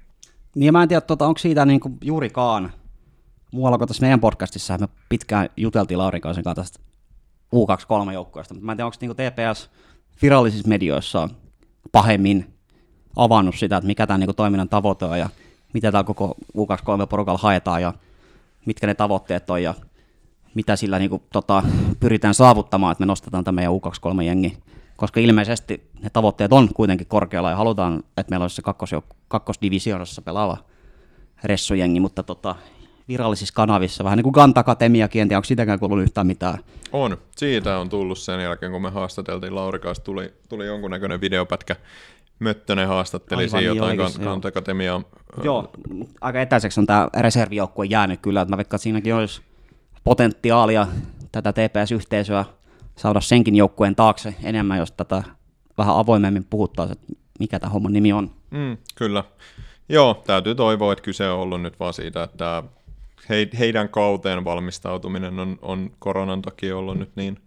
Niin mä en tiedä, tuota, onko siitä niin kuin juurikaan, muualla kuin tässä meidän podcastissa, me pitkään juteltiin Laurikaisen kanssa tästä U kaksikymmentäkolme-joukkueesta, mutta mä en tiedä, onko niin kuin T P S virallisissa medioissa pahemmin avannut sitä, että mikä tämän niin kuin toiminnan tavoite on ja mitä täällä koko U kaksikymmentäkolme-porukalla haetaan ja mitkä ne tavoitteet on ja mitä sillä niin kuin, tota, pyritään saavuttamaan, että me nostetaan tämä meidän U kaksikymmentäkolme-jengi. Koska ilmeisesti ne tavoitteet on kuitenkin korkealla ja halutaan, että meillä olisi se kakkosjouk- kakkosdivisioonassa pelaava ressujengi, mutta tota, virallisissa kanavissa, vähän niin kuin Gant Akatemiakin, en tiedä, onko siitäkään kuulunut yhtään mitään. On, siitä on tullut sen jälkeen, kun me haastateltiin Laurikaista, tuli, tuli jonkunnäköinen videopätkä. Möttönen haastatteli Aivan, siinä jotain niin Gant Akatemiaa. Joo, aika etäiseksi on tämä reservijoukkue jäänyt kyllä, että mä veikkaan, että siinäkin olisi potentiaalia tätä T P S-yhteisöä saada senkin joukkueen taakse enemmän, jos tätä vähän avoimemmin puhuttaisiin, että mikä tämä homman nimi on. Mm, kyllä. Joo, täytyy toivoa, että kyse on ollut nyt vaan siitä, että he, heidän kauteen valmistautuminen on, on koronan takia ollut nyt niin,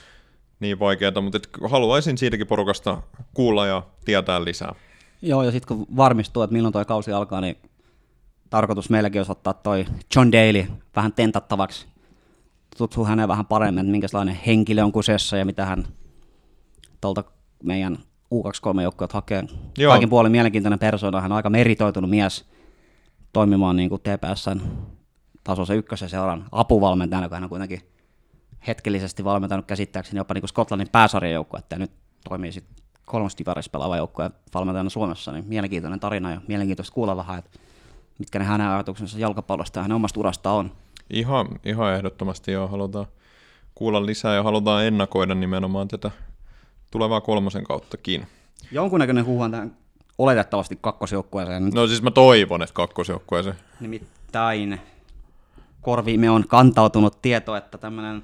niin vaikeaa, mutta haluaisin siitäkin porukasta kuulla ja tietää lisää. Joo, ja sitten kun varmistuu, että milloin tuo kausi alkaa, niin tarkoitus meilläkin olisi ottaa toi John Daly vähän tentattavaksi, tutsuu hänen vähän paremmin, että minkälainen henkilö on kyseessä ja mitä hän tuolta meidän U kaksikymmentäkolme-joukkueet hakee. Joo. Kaikin puolin mielenkiintoinen persoona, hän on aika meritoitunut mies toimimaan niin kuin T P S:n tasoisen ykkösen seuran apuvalmentajana, kun hän on kuitenkin hetkellisesti valmentanut käsittääkseni jopa niin kuin Skotlannin pääsarjajoukkue, että nyt toimii sitten kolmosdivarissa pelaava joukkue valmentajana Suomessa, niin mielenkiintoinen tarina ja mielenkiintoista kuulla vähän, että mitkä ne hänen ajatuksensa jalkapallosta ja hänen omasta urasta on. Ihan, ihan ehdottomasti joo, halutaan kuulla lisää ja halutaan ennakoida nimenomaan tätä, tulevaa kolmosen kauttakin. Jonkunnäköinen huuhan tähän oletettavasti kakkosjoukkueeseen. No siis mä toivon, että kakkosjoukkueeseen. Nimittäin korviimme on kantautunut tieto, että tämmöinen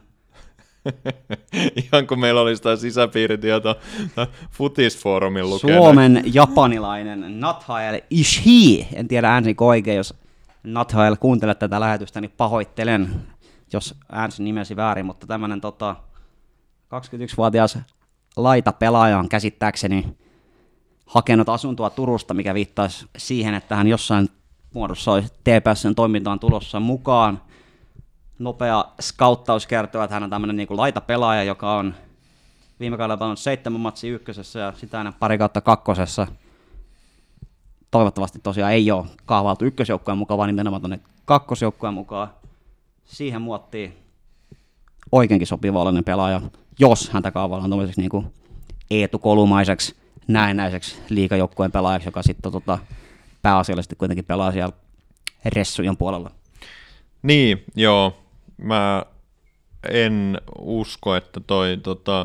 Ihan kuin meillä olisi tämä sisäpiiritieto Futisfoorumin lukee. Suomen japanilainen Nathael Ishii, en tiedä äänsinkö oikein, jos Nathael kuuntelet tätä lähetystä, niin pahoittelen, jos äänsin nimesi väärin, mutta tämmöinen tota, kaksikymmentäyksivuotias laitapelaaja on käsittääkseni hakenut asuntoa Turusta, mikä viittaisi siihen, että hän jossain muodossa olisi T P S:n toimintaan tulossa mukaan. Nopea skauttaus kertoo, että hän on tämmöinen niin kuin laitapelaaja, joka on viime kaudella pelannut seitsemän matsia ykkösessä ja sitä ennen pari kautta kakkosessa. Toivottavasti tosiaan ei ole kaavailtu ykkösjoukkueen mukaan, vaan nimenomaan tuonne kakkosjoukkueen mukaan. Siihen muottiin oikeinkin sopivallinen pelaaja, jos häntä kaavaillaan tuollaiseksi niin kuin Eetu Kolumaiseksi näennäiseksi liigajoukkueen pelaajaksi, joka sitten tota, pääasiallisesti kuitenkin pelaa siellä ressujen puolella. Niin, joo. Mä en usko, että toi tota,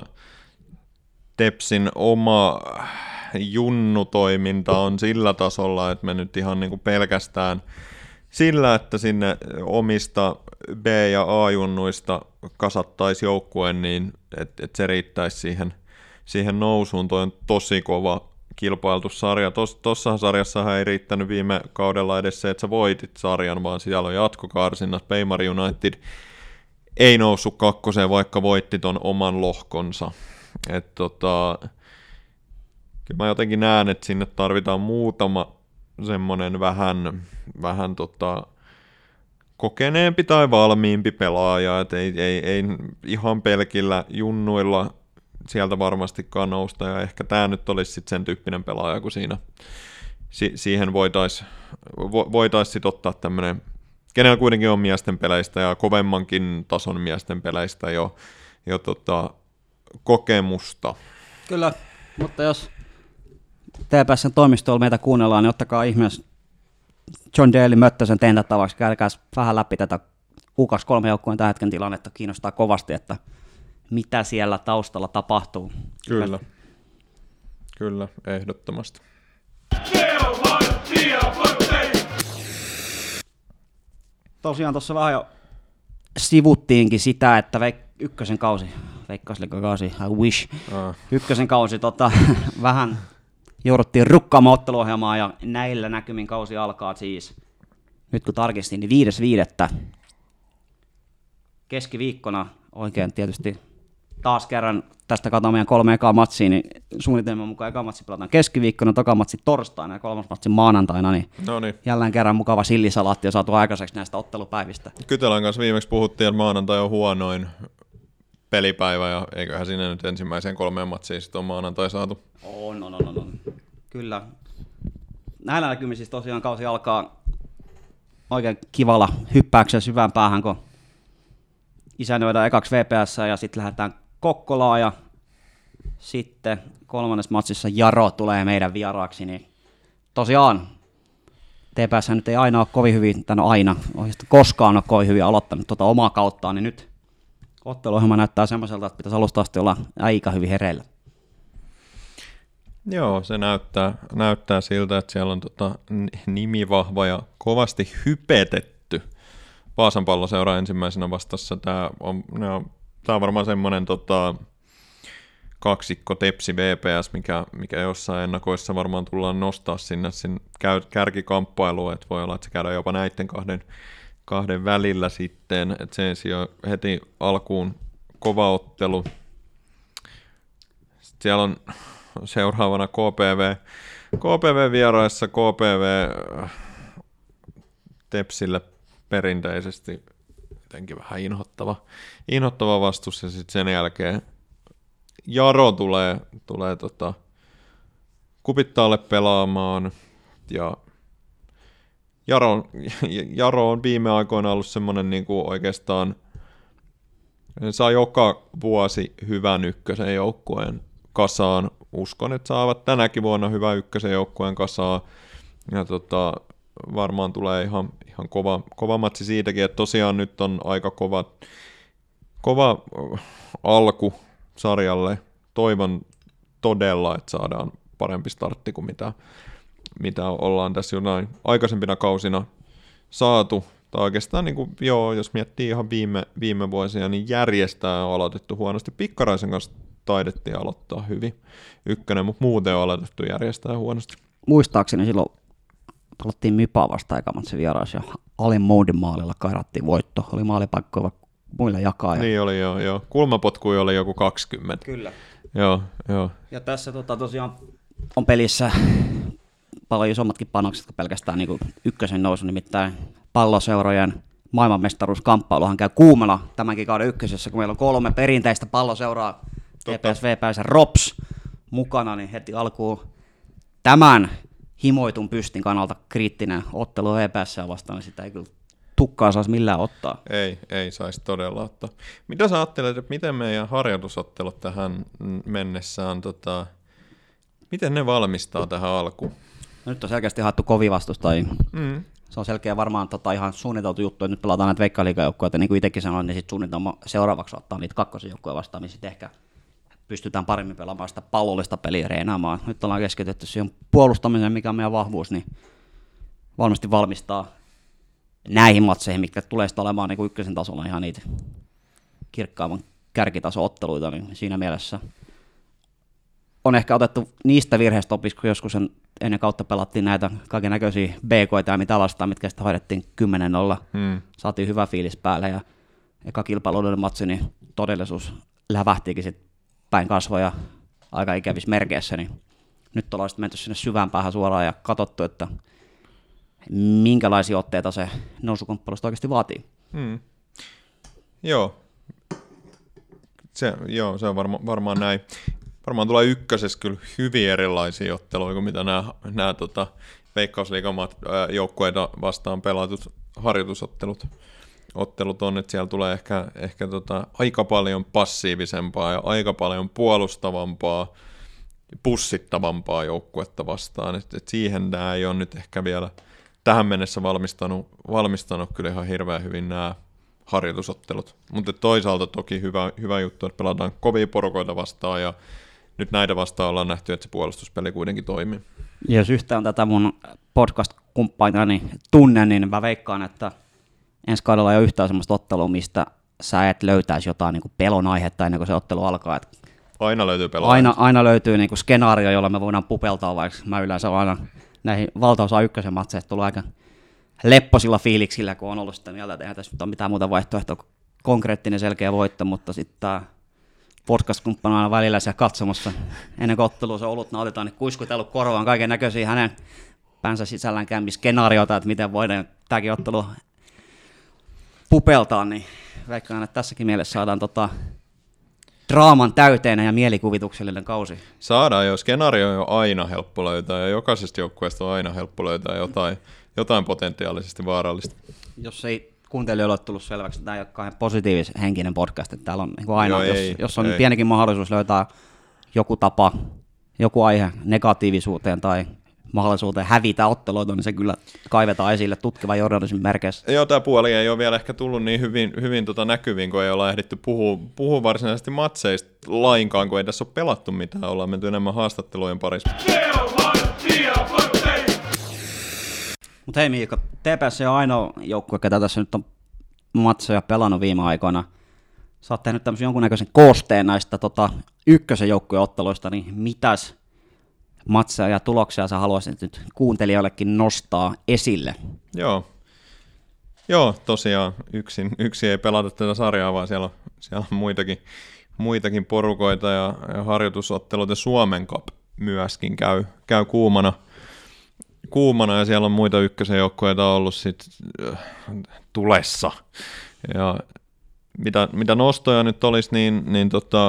Tepsin oma junnutoiminta on sillä tasolla, että me nyt ihan niinku pelkästään sillä, että sinne omista B- ja A-junnuista kasattaisi joukkueen, niin että et se riittäisi siihen, siihen nousuun. Toi on tosi kova kilpailtu sarja. Tos, tossahan sarjassahan ei riittänyt viime kaudella edes se, että sä voitit sarjan, vaan siellä on jatkokarsinnat. Beimar United ei noussut kakkoseen, vaikka voitti ton oman lohkonsa. Et tota, kyllä mä jotenkin näen, että sinne tarvitaan muutama semmonen vähän, vähän tota, kokeneempi tai valmiimpi pelaaja, et ei, ei, ei ihan pelkillä junnuilla sieltä varmastikaan nousta, ja ehkä tämä nyt olisi sitten sen tyyppinen pelaaja, kun siinä si- siihen voitaisiin vo- voitais sitten ottaa tämmöinen, kenellä kuitenkin on miesten peleistä ja kovemmankin tason miesten peleistä jo, jo tota, kokemusta. Kyllä, mutta jos T P S:n toimistolla meitä kuunnellaan, niin ottakaa ihmeessä John Daly Möttösen tentättäväksi, käydään vähän läpi tätä U kaksikymmentäkolme joukkueen tämän hetken tilannetta, kiinnostaa kovasti, että mitä siellä taustalla tapahtuu. Kyllä, kyllä, ehdottomasti. Tosiaan tuossa vähän jo sivuttiinkin sitä, että veik- ykkösen kausi, veikkausliigakausi, I wish, Ah. ykkösen kausi tota, vähän jouduttiin rukkaamaan otteluohjelmaa ja näillä näkymin kausi alkaa siis, nyt kun tarkistin, niin viides viidettä keskiviikkona oikein tietysti taas kerran tästä katsotaan meidän kolme ekaa matsia, niin suunnitelman mukaan eka matsi pelataan keskiviikkona, toka matsi torstaina ja kolmas matsi maanantaina, niin Noniin. jälleen kerran mukava sillisalaatti on saatu aikaiseksi näistä ottelupäivistä. Kytelän kanssa viimeksi puhuttiin, että maanantai on huonoin pelipäivä, ja eiköhän sinne nyt ensimmäiseen kolmeen matsiin sitten on maanantai saatu. On, on, on, on, on. Kyllä. Näillä näkymin siis tosiaan kausi alkaa oikein kivalla hyppäyksellä syvään päähän, kun isännöidään ekaksi V P S ja sitten lähdetään Kokkolaan ja sitten kolmannessa matsissa Jaro tulee meidän vieraaksi, niin tosiaan T P S nyt ei aina ole kovin hyvin, tai no aina, oikeastaan koskaan ole kovin hyvin aloittanut tuota omaa kauttaan, niin nyt otteluohjelma näyttää semmoiselta, että pitäisi alusta asti olla aika hyvin hereillä. Joo, se näyttää, näyttää siltä, että siellä on tota nimivahva ja kovasti hypetetty Vaasan Palloseura ensimmäisenä vastassa. Tämä on, on, tämä on varmaan semmoinen tota, kaksikko Tepsi V P S, mikä, mikä jossain ennakoissa varmaan tullaan nostaa sinne, sinne kärkikamppailuun, että voi olla, että se käydään jopa näiden kahden, kahden välillä sitten, että se ensin on heti alkuun kova ottelu. Sitten siellä on seuraavana K P V, K P V vieraissa, K P V Tepsille perinteisesti jotenkin vähän inhottava, inhottava vastus, ja sitten sen jälkeen Jaro tulee, tulee tota, Kupittaalle pelaamaan, ja Jaro, Jaro on viime aikoina ollut semmoinen niin kuin oikeastaan, saa joka vuosi hyvän ykkösen joukkueen kasaan. Uskon, että saavat tänäkin vuonna hyvä ykkösen joukkueen kasaan, ja tota, varmaan tulee ihan, ihan kova, kova matsi siitäkin, että tosiaan nyt on aika kova, kova alku sarjalle. Toivon, todella, että saadaan parempi startti kuin mitä, mitä ollaan tässä jonain aikaisempina kausina saatu. Tai oikeastaan, niin kuin, joo, jos miettii ihan viime, viime vuosia, niin järjestää on aloitettu huonosti. Pikkaraisen kanssa taidettiin aloittaa hyvin ykkönen, mutta muuten on aloitettu järjestää huonosti. Muistaakseni silloin pelattiin Mypaa vastaan ekamatsi vierais ja Alin Moudin maalilla kairattiin voitto. Oli maalipaikkoja muille jakaa. Ja... Niin oli joo, joo. Kulmapotkuja oli joku kaksikymmentä. Kyllä. Joo, joo. Ja tässä tota, tosiaan on pelissä paljon isommatkin panokset kuin pelkästään niin kuin ykkösen nousu, nimittäin palloseurojen maailmanmestaruuskamppailuhan käy kuumana tämänkin kauden ykkösessä, kun meillä on kolme perinteistä palloseuraa, T P S, V P S ja Rops mukana, niin heti alkuun tämän himoitun pystin kannalta kriittinen ottelu V P S vastaan, niin sitä ei kyllä tukkaa saisi millään ottaa. Ei, ei saisi todella ottaa. Mitä sä ajattelet, että miten meidän harjoitusottelut tähän mennessään, tota, miten ne valmistaa tähän alkuun? No nyt on selkeästi haettu kovia vastustajia. Mm. Se on selkeä varmaan tota, ihan suunniteltu juttu, että nyt pelataan näitä Veikka-liigajoukkoja, että niin kuin itsekin sanoin, niin sitten suunnitelma seuraavaksi ottaa niitä kakkosen joukkoja vastaan, niin sitten ehkä pystytään paremmin pelaamaan sitä pallollista peliä reenaamaan. Nyt ollaan keskitytty siihen puolustamiseen, mikä on meidän vahvuus, niin valmasti valmistaa näihin matseihin, mitkä tulee sitten olemaan niin kuin ykkösen tasolla ihan niitä kirkkaamman kärkitaso-otteluita, niin siinä mielessä on ehkä otettu niistä virheistä opiksi, kun joskus ennen kautta pelattiin näitä kaiken näköisiä B K:itä ja mitä vastaan, mitkä sitten hoidettiin kymmenen nolla. Hmm. Saatiin hyvä fiilis päälle ja eka kilpailuuden matsi, niin todellisuus lävähtiikin sitten päin kasvoja aika ikävissä merkeissä, niin nyt ollaan sitten menty sinne syvään päähän suoraan ja katsottu, että minkälaisia otteita se nousukamppailusta oikeasti vaatii. Hmm. Joo. Se, joo, se on varma, varmaan näin. Varmaan tulee ykkösessä kyllä hyvin erilaisia otteluja kuin mitä nämä, nämä tota, Veikkausliigan joukkueita vastaan pelatut harjoitusottelut ottelut on, että siellä tulee ehkä, ehkä tota, aika paljon passiivisempaa ja aika paljon puolustavampaa, pussittavampaa joukkuetta vastaan. Et, et siihen nämä ei ole nyt ehkä vielä tähän mennessä valmistanut, valmistanut kyllä ihan hirveän hyvin nämä harjoitusottelut. Mutta toisaalta toki hyvä, hyvä juttu, että pelataan kovia porukoita vastaan ja nyt näitä vastaan ollaan nähty, että se puolustuspeli kuitenkin toimii. Ja jos yhtään tätä mun podcast-kumppainani tunnen, niin mä veikkaan, että ensi kaudella ei ole yhtään sellaista ottelua, mistä sä et löytäisi jotain niin kuin pelon aihetta ennen kuin se ottelu alkaa. Et aina löytyy pelon Aina, aina löytyy niin kuin skenaario, jolla me voidaan pupeltaa, vaikka mä yleensä aina näihin valtaosa ykkösen matseista tullut aika lepposilla fiiliksillä, kun on ollut sitä mieltä, että eihän tässä nyt ole mitään muuta vaihtoehtoa kuin konkreettinen selkeä voitto, mutta sitten tämä podcast-kumppana aina välillä siellä katsomassa ennen kuin ottelua se olut nautitaan, niin kuiskutellut korvaan kaiken näköisiä hänen päänsä sisällään käymiä skenaarioita, että miten voidaan tämäkin ottelu pupeltaa, niin veikkaan, että tässäkin mielessä saadaan tota draaman täyteinen ja mielikuvituksellinen kausi. Saadaan jo, skenaario on aina helppo löytää ja jokaisesta joukkueesta on aina helppo löytää jotain, jotain potentiaalisesti vaarallista. Jos ei kuuntelijoille ole tullut selväksi, että tämä ei ole kauhean positiivisen henkinen podcast, että täällä on niin kuin aina, Joo, jos, ei, jos on ei. pienikin mahdollisuus löytää joku tapa, joku aihe negatiivisuuteen tai mahdollisuuteen hävitä otteluita, niin se kyllä kaivetaan esille tutkivan journalismin merkeissä. Joo, tämä puoli ei ole vielä ehkä tullut niin hyvin, hyvin tota näkyviin, kun ei olla ehditty puhua, puhua varsinaisesti matseista lainkaan, kun ei tässä ole pelattu mitään, ollaan menty enemmän haastattelujen parissa. Mutta hei Miikka, T P S on ainoa joukkue, ketä tässä nyt on matseja pelannut viime aikoina. Sä oot tehnyt tämmöisen jonkunnäköisen koosteen näistä tota, ykkösen joukkueen otteluista, niin mitäs matseja ja tuloksia sä haluaisit nyt kuuntelijoillekin nostaa esille? Joo, Joo tosiaan yksin, yksin ei pelata tätä sarjaa, vaan siellä on, siellä on muitakin, muitakin porukoita ja, ja harjoitusottelut ja Suomen Cup myöskin käy, käy kuumana. kuumana ja siellä on muita ykkösen joukkoja ollut sit, äh, tulessa. Ja mitä, mitä nostoja nyt olisi, niin, niin tota,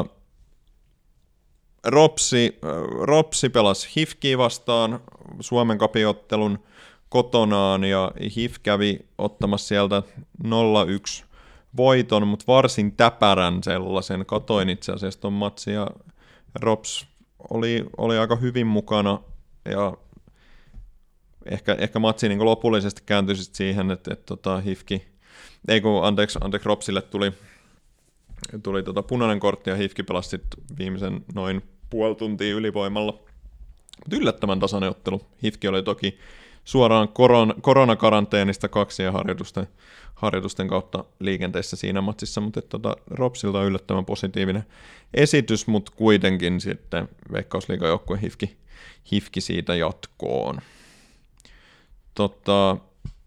Ropsi, äh, Ropsi pelasi H I F K:ää vastaan Suomen Cupin-ottelun kotonaan ja H I F kävi ottamassa sieltä nolla yksi voiton, mutta varsin täpärän sellaisen. Katoin itse asiassa ton matsin ja Rops oli, oli aika hyvin mukana ja Ehkä, ehkä matsi niin lopullisesti kääntyi siihen, että, että tota, H I F K, ei kun anteeksi, anteeksi Ropsille tuli, tuli tota punainen kortti ja H I F K pelasi viimeisen noin puoli tuntia ylivoimalla. Mutta yllättävän tasainen ottelu. H I F K oli toki suoraan koron, koronakaranteenista kaksien harjoitusten, harjoitusten kautta liikenteessä siinä matsissa, mutta tota, Ropsilta on yllättävän positiivinen esitys, mutta kuitenkin sitten Veikkausliigajoukkue H I F K, H I F K siitä jatkoon. Tota,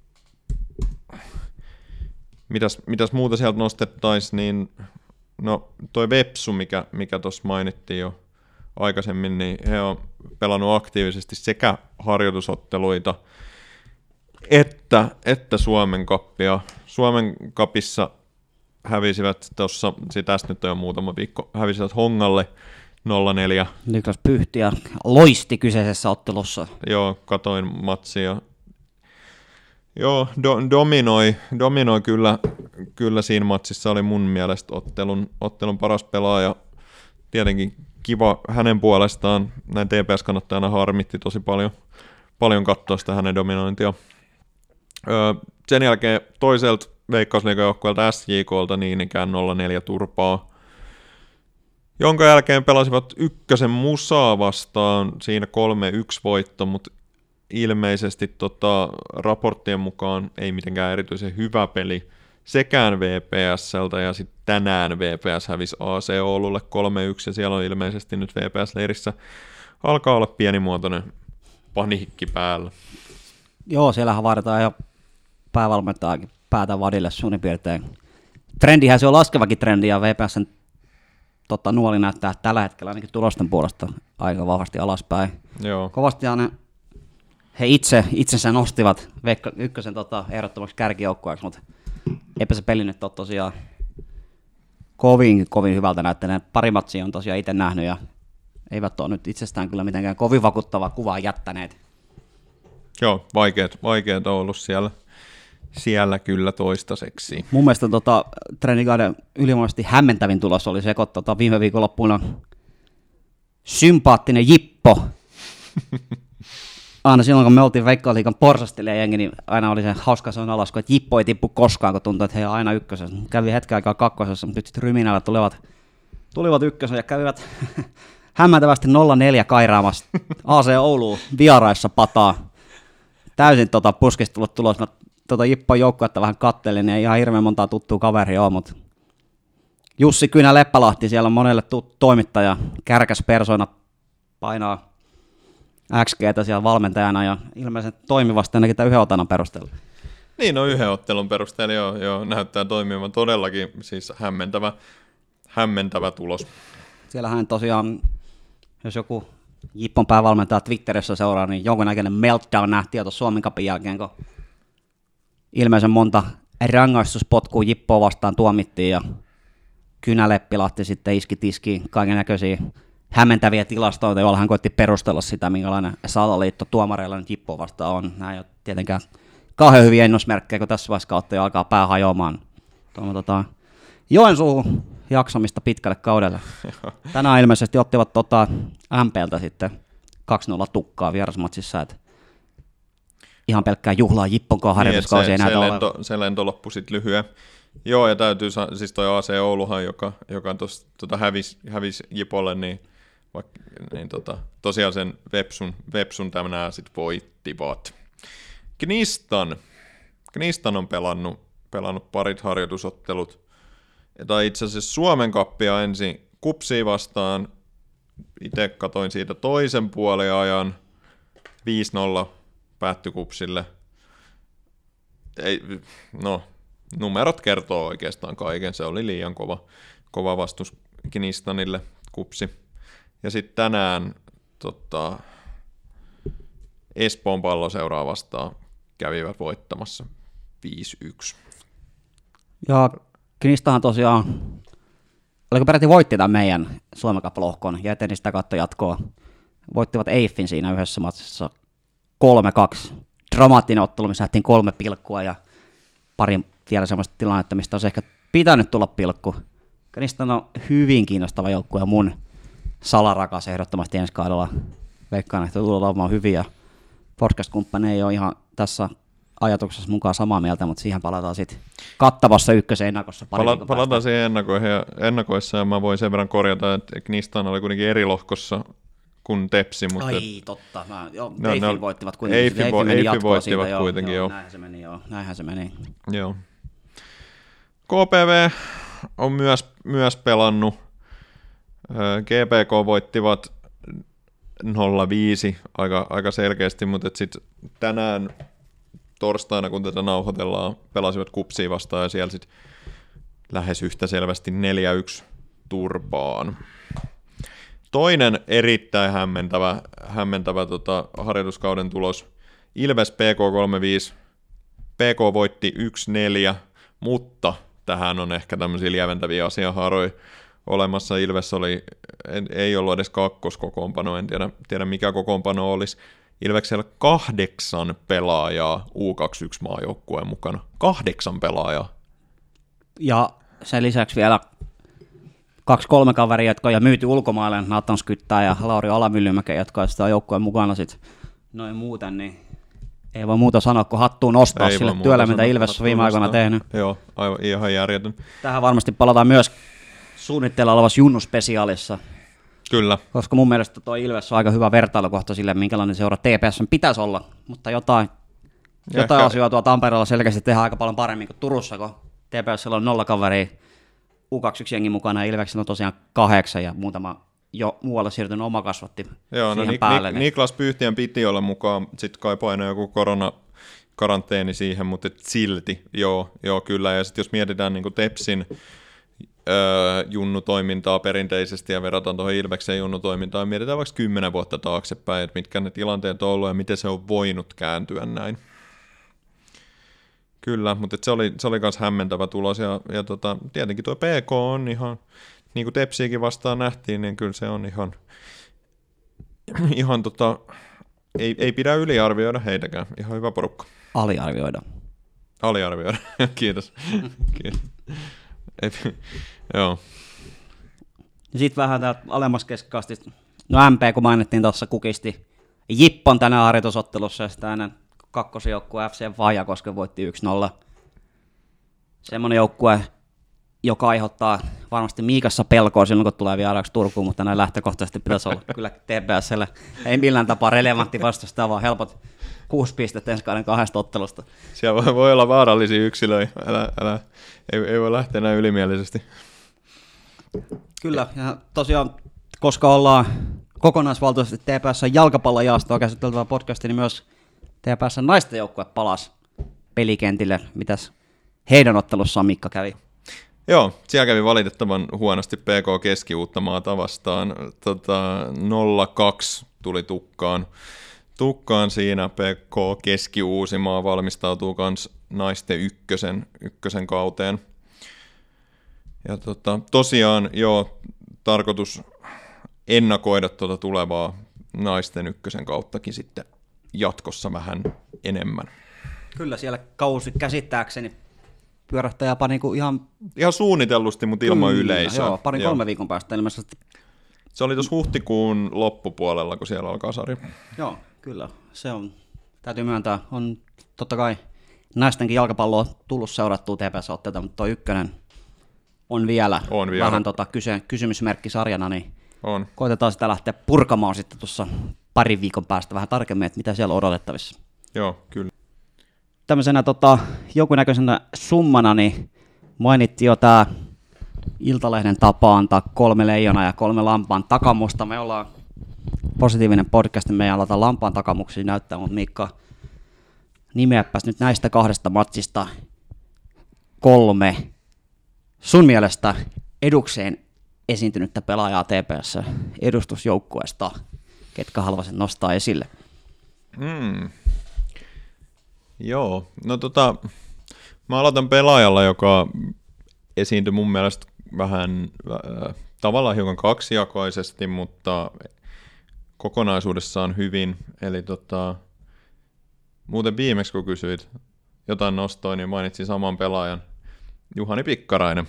mitäs, mitäs muuta sieltä nostettaisiin, niin no toi Vepsu, mikä, mikä tuossa mainittiin jo aikaisemmin, niin he on pelannut aktiivisesti sekä harjoitusotteluita että, että Suomen kappia. Suomen kapissa hävisivät tuossa, tästä nyt on jo muutama viikko, hävisivät Hongalle nolla neljä. Niklas Pyhtiä loisti kyseisessä ottelussa. Joo, katoin matsia. Joo, do, dominoi, dominoi kyllä, kyllä siinä matsissa, oli mun mielestä ottelun, ottelun paras pelaaja. Tietenkin kiva hänen puolestaan, näin T P S-kannattajana harmitti tosi paljon, paljon katsoa sitä hänen dominointia. Öö, sen jälkeen toiselta Veikkausliigajoukkueelta S J K:lta niin ikään nolla neljä turpaa, jonka jälkeen pelasivat ykkösen Musaa vastaan, siinä kolme yksi voitto, mutta ilmeisesti tota, raporttien mukaan ei mitenkään erityisen hyvä peli sekään V P S:ltä, ja sitten tänään V P S hävisi A C Oululle kolme yksi, ja siellä on ilmeisesti nyt V P S-leirissä alkaa olla pienimuotoinen paniikki päällä. Joo, siellähän vaaditaan jo päävalmentajakin päätä vadille suunnin piirtein. Trendihän se on laskevakin trendi, ja V P S:n tota, nuoli näyttää tällä hetkellä ainakin tulosten puolesta aika vahvasti alaspäin. Joo. Kovastihan ne, he itse, itsensä nostivat Veikka ykkösen tota, ehdottomaksi kärkijoukkueeksi, mutta eipä se peli nyt ole tosiaan kovin, kovin hyvältä näyttäneet. Pari matsia on tosiaan itse nähnyt, ja eivät ole nyt itsestään kyllä mitenkään kovin vakuuttavaa kuvaa jättäneet. Joo, vaikeat, vaikeat on ollut siellä, siellä kyllä toistaiseksi. Mun mielestä tota, treenikauden ylivoimaisesti hämmentävin tulos oli se, kun tota, viime viikonloppuna sympaattinen Jippo. Aina silloin, kun me oltiin Veikkausliigan porsastelijajengi, niin aina oli se hauska sanan alasku, että Jippo ei tippu koskaan, kun tuntui, että he on aina ykkösessä. Kävi hetken aikaa kakkosessa, mutta nyt sitten ryminällä tulivat, tulivat ykkösen ja kävivät hämmentävästi nolla neljä kairaamassa A C Ouluun vieraissa pataa. Täysin tota, puskista tullut tulos. Mä tota Jippon joukkuetta vähän kattelin, niin ei ihan hirveän montaa tuttua kaveria ole, mutta Jussi Kynä Leppälahti, siellä on monelle tuttu toimittaja, kärkäs persoona, painaa X G:tä siellä valmentajana ja ilmeisesti toimivasti ainakin tämän yhden otannan perusteella. Niin, no yhden ottelun perusteella joo, joo, näyttää toimivan todellakin, siis hämmentävä, hämmentävä tulos. Siellähän tosiaan, jos joku Jippon päävalmentaja Twitterissä seuraa, niin jonkunnäköinen meltdown nähtiin jo tuossa Suomen Cupin jälkeen, kun ilmeisen monta rangaistuspotkua Jippoa vastaan tuomittiin ja Kynä Leppälahti sitten iski tiskiin kaiken näköisiä hämmentäviä tilastoita, joilla hän koitti perustella sitä, minkälainen salaliitto tuomareilla nyt Jippoa vastaan on. Nämä ei ole tietenkään kauhean hyviä ennusmerkkejä, kun tässä vaiheessa kautta jo alkaa pää hajoamaan. Tuolla, tota, Joensuuhun jaksamista pitkälle kaudelle. Tänään ilmeisesti ottivat tota M P:ltä sitten kaksi nolla tukkaa vierasmatsissa, että ihan pelkkää juhlaa Jipponkaan harjoituskausi niin, ei näytä se, lento, se lento loppui sitten lyhyen. Joo, ja täytyy, siis toi A C Ouluhan, joka, joka tos, tota hävisi, hävisi Jipolle, niin, vaikka, niin tota, tosiaan sen Vepsun, Vepsun tämänään sitten voittivat. Knistan. Knistan on pelannut, pelannut parit harjoitusottelut, tai itse asiassa Suomen kappia ensin Kupsia vastaan. Itse katoin siitä toisen puoliajan, viisi nolla päättyi Kupsille. Ei, no, numerot kertoo oikeastaan kaiken, se oli liian kova, kova vastus Knistanille, Kupsi. Ja sitten tänään tota, Espoon Palloseuraa vastaan kävivät voittamassa viisi yksi. Ja Knistahan tosiaan, oliko peräti voitti tämän meidän Suomen Cup-lohkon ja eteni sitä kautta jatkoa. Voittivat Eiffin siinä yhdessä matsissa kolme kaksi. Dramaattinen ottelu, missä lähtiin kolme pilkkua ja pari vielä semmoista tilannetta, mistä olisi ehkä pitänyt tulla pilkku. Knistan on hyvin kiinnostava joukkue ja mun salarakas ehdottomasti ensi kaudella. Veikkaan, että tulee olemaan hyviä. Podcast-kumppani ei ole ihan tässä ajatuksessa mukaan samaa mieltä, mutta siihen palataan sitten kattavassa ykkösen ennakossa pari Pala- viikon palataan päästä. siihen ennakoihin ja ennakoissa, ja mä voin sen verran korjata, että Knistan oli kuitenkin eri lohkossa kuin Tepsi. Mutta Ai totta, mä, joo, No, Eiffel ne- voittivat kuitenkin. Eiffel Eiffel vo- meni Eiffel jatkoa voittivat siitä, kuitenkin, joo. Näinhän se meni, joo. Näinhän se meni. Joo. K P V on myös, myös pelannut. Ö, G P K voittivat nolla viisi aika, aika selkeästi, mutta sitten tänään torstaina, kun tätä nauhoitellaan, pelasivat Kupsia vastaan ja siellä sitten lähes yhtä selvästi neljä yksi turpaan. Toinen erittäin hämmentävä, hämmentävä tota, harjoituskauden tulos. Ilves P K kolme viisi. P K voitti yksi neljä, mutta tähän on ehkä tämmöisiä lieventäviä asianhaaroja olemassa. Ilves oli, ei ollut edes kakkoskokoonpano, en tiedä, tiedä mikä kokoonpano olisi. Ilveksellä kahdeksan pelaajaa U kaksikymmentäyksi maajoukkueen mukana. Kahdeksan pelaajaa. Ja sen lisäksi vielä kaksi kolme kaveria, jotka on jo myyty ulkomaille, Nathan Skyttää ja Lauri Alamyllymäke, jotka on sitä joukkueen mukana sit noin muuten, niin ei voi muuta sanoa, kun hattuun nostaa Ei sille voi työlle, muuta mitä sanoa, Ilves on viime aikoina nostaa. tehnyt. Joo, aivan ihan järjetön. Tähän varmasti palataan myös suunnitteilla olevassa Junnu-spesiaalissa, Kyllä. koska mun mielestä tuo Ilves on aika hyvä vertailukohta sille, minkälainen seura T P S pitäisi olla, mutta jotain, Ja jotain ehkä- asioita tuolla Tampereella selkeästi tehdään aika paljon paremmin kuin Turussa, kun T P S on nolla kaveria U kaksikymmentäyksi-jengin mukana, ja Ilveksellä on tosiaan kahdeksan, ja muutama jo muualle siirtynyt oma kasvatti Joo, no siihen Nik- päälle. Nik- niin- Niklas Pyhtien piti olla mukaan, sitten kai painoi joku koronakaranteeni siihen, mutta et silti, joo, joo kyllä. Ja sitten jos mietitään niin Tepsin öö, junnutoimintaa perinteisesti ja verrataan tuohon Ilveksen junnutoimintaan, mietitään vaikka kymmenen vuotta taaksepäin, että mitkä ne tilanteet on ollut ja miten se on voinut kääntyä näin. Kyllä, mutta et se oli, se oli myös hämmentävä tulos, ja, ja tota, tietenkin tuo P K on ihan, niin kuin Tepsiäkin vastaan nähtiin, niin kyllä se on ihan, ihan tota, ei, ei pidä yliarvioida heitäkään, ihan hyvä porukka. aliarvioida. Aliarvioida, kiitos. Kiitos. Ei, joo, Ja sitten vähän täältä alemmas keskikastista. No M P, kun mainittiin tuossa kukisti. Jippon tänään harjoitusottelussa, ja sitten ennen kakkosjoukkue F C Vaajakoski voitti yksi nolla. Semmoinen joukkue, joka aiheuttaa varmasti Miikassa pelkoa silloin, kun tulee vieraaksi Turkuun, mutta näin lähtökohtaisesti pitäisi olla kyllä T P S:lle. Ei millään tapaa relevantti vastusta, vaan helpot kuusi pistettä ensi kauden kahdesta ottelusta. siellä voi, voi olla vaarallisia yksilöitä, älä, älä, ei, ei voi lähteä näin ylimielisesti. Kyllä, ja tosiaan, koska ollaan kokonaisvaltaisesti T P S:n jalkapallojaastoa käsiteltävä podcasti, niin myös T P S:n naisten joukkue palasi pelikentille. Mitäs heidän ottelussaan Mikka kävi? Joo, siellä kävi valitettavan huonosti P K Keski-Uuttamaata vastaan. Tota, nolla kaksi tuli tukkaan. Tukkaan siinä P K Keski-Uusimaa valmistautuu kans naisten ykkösen, ykkösen kauteen. Ja tota, tosiaan joo, tarkoitus ennakoida tuota tulevaa naisten ykkösen kauttakin sitten jatkossa vähän enemmän. Kyllä siellä kausi käsittääkseni pyörähtää jopa niinku ihan Ihan suunnitellusti, mutta ilman Kyllä, yleisöä. Joo, parin kolme viikon päästä ilmeisesti. Se oli tuossa huhtikuun loppupuolella, kun siellä alkaa sarja. Joo, kyllä. Se on, täytyy myöntää, on totta kai naistenkin jalkapalloa tullut seurattua T P S-otteita, mutta tuo ykkönen on vielä, On vielä. vähän tota kyse, kysymysmerkki sarjana, niin On. koitetaan sitä lähteä purkamaan sitten tuossa parin viikon päästä vähän tarkemmin, että mitä siellä on odotettavissa. Joo, kyllä. Tämmöisenä tota, jonkunnäköisenä summana, niin mainittiin jo tämä Iltalehden tapa antaa kolme leijonaa ja kolme lampaan takamusta. Me ollaan positiivinen podcast, me ei aleta lampaan takamuksia näyttää, mutta Mikka, nimeäpäs nyt näistä kahdesta matsista kolme sun mielestä edukseen esiintynyttä pelaajaa T P S edustusjoukkueesta, ketkä haluaisit nostaa esille. Mm. Joo, no tota, mä aloitan pelaajalla, joka esiintyi mun mielestä vähän äh, tavallaan hiukan kaksijakoisesti, mutta kokonaisuudessaan hyvin. Eli tota, muuten viimeksi kun kysyit jotain nostoa, niin mainitsin saman pelaajan, Juhani Pikkarainen.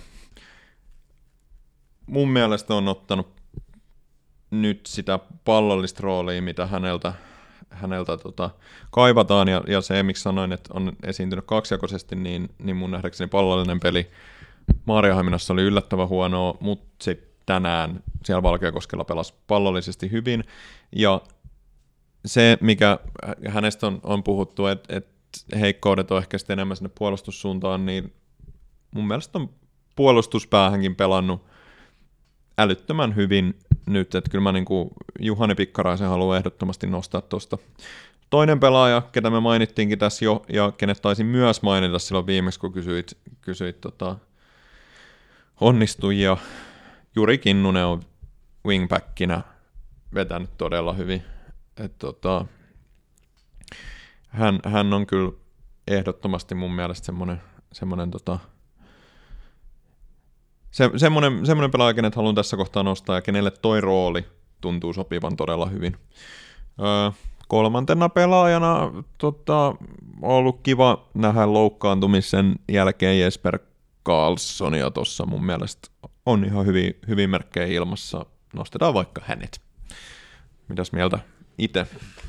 Mun mielestä on ottanut nyt sitä pallollista roolia, mitä häneltä häneltä tota, kaivataan, ja, ja se, miksi sanoin, että on esiintynyt kaksijakoisesti, niin, niin mun nähdäkseni pallollinen peli Maarianhaminassa oli yllättävän huonoa, mutta sitten tänään siellä Valkeakoskella pelasi pallollisesti hyvin, ja se, mikä hänestä on, on puhuttu, että et heikkoudet on ehkä sitten enemmän sinne puolustussuuntaan, niin mun mielestä on puolustuspäähänkin pelannut älyttömän hyvin nyt, että kyllä mä niin kuin Juhani Pikkaraisen haluan ehdottomasti nostaa tuosta. Toinen pelaaja, ketä me mainittiinkin tässä jo, ja kenet taisin myös mainita silloin viimeksi, kun kysyit, kysyit tota, onnistujia, Juri Kinnunen on wingbackinä vetänyt todella hyvin. Et tota, hän, hän on kyllä ehdottomasti mun mielestä semmoinen, semmoinen, tota, se, semmoinen, semmoinen pelaaja, kenet haluan tässä kohtaa nostaa ja kenelle toi rooli tuntuu sopivan todella hyvin. Öö, kolmantena pelaajana tota, on ollut kiva nähdä loukkaantumisen jälkeen Jesper Karlssonia tuossa mun mielestä on ihan hyvin, hyvin merkkejä ilmassa. Nostetaan vaikka hänet. Mitäs mieltä itse?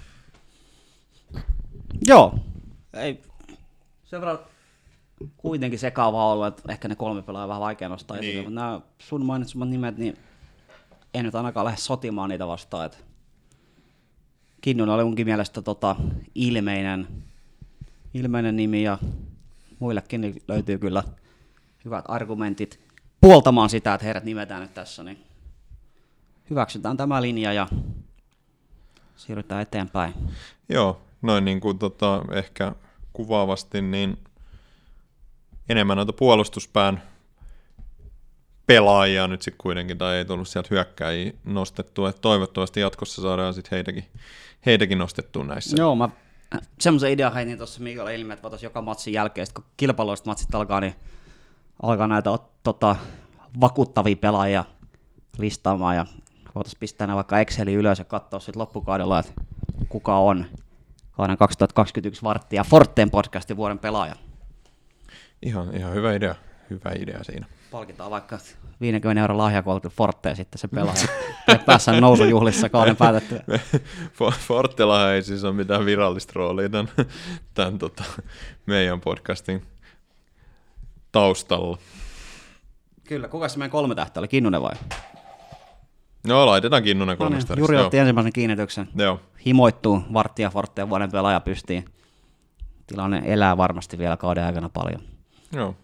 Joo. Ei. Sen verran kuitenkin sekaavaa ollut, että ehkä ne kolme pelaajaa vähän vaikea nostaa niin. Esille, mutta nämä sun mainitsemat nimet, niin en nyt ainakaan lähde sotimaan niitä vastaan. Että Kinnunen oli munkin mielestä tota, ilmeinen, ilmeinen nimi ja muillekin löytyy kyllä hyvät argumentit puoltamaan sitä, että heidät nimetään nyt tässä, niin hyväksytään tämä linja ja siirrytään eteenpäin. Joo, noin niin kuin tota, ehkä kuvaavasti, niin enemmän noita puolustuspään pelaajia nyt sitten kuitenkin, tai ei tullut sieltä hyökkäjiä nostettua, että toivottavasti jatkossa saadaan sitten heitäkin, heitäkin nostettua näissä. Joo, mä semmoisen idean heitin tuossa Mikael ilmi, että voitaisiin joka matsin jälkeen, sit kun kilpailuiset matsit alkaa, niin alkaa näitä tota, vakuuttavia pelaajia listaamaan, ja voitaisiin pistää ne vaikka Exceliin ylös ja katsoa sitten loppukaudella, että kuka on kauden kaksituhattakaksikymmentäyksi Varttia Forteen podcastin vuoden pelaaja. Ihan, ihan hyvä idea, hyvä idea siinä. Palkitaan vaikka viisikymmentä euron lahjakortti Forteen sitten se pelaaja. Päässään nousujuhlissa kauden päätettyä. Fortellahan ei siis ole mitään virallista roolia tämän, tämän tota, meidän podcastin taustalla. Kyllä, kuka se meidän kolme tähtä oli? Kinnunen vai? No, laitetaan Kinnunen No niin, kolmestariksi. Juri otti ensimmäisen kiinnityksen. Joo. Himoittuu Varttia Forteen vuoden pelaaja pystiin. Tilanne elää varmasti vielä kauden aikana paljon. Joo.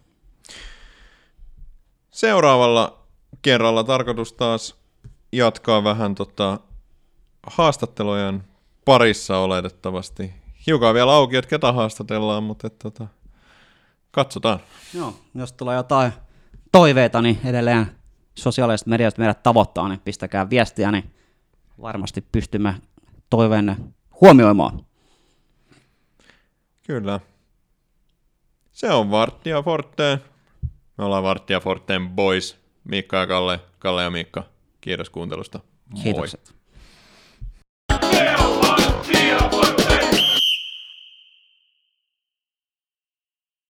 Seuraavalla kerralla tarkoitus taas jatkaa vähän tota haastattelujen parissa oletettavasti. Hiukan vielä auki, että ketä haastatellaan, mutta et, tota, katsotaan. Joo, jos tulee jotain toiveita, niin edelleen sosiaaliset mediat meidät tavoittaa, niin pistäkää viestiä, niin varmasti pystymme toiveenne huomioimaan. Kyllä. Se on Varttia Forteen. Me ollaan Varttia Forteen boys. Miikka ja Kalle, Kalle ja Miikka. Kiitos kuuntelusta. Moi. Kiitokset.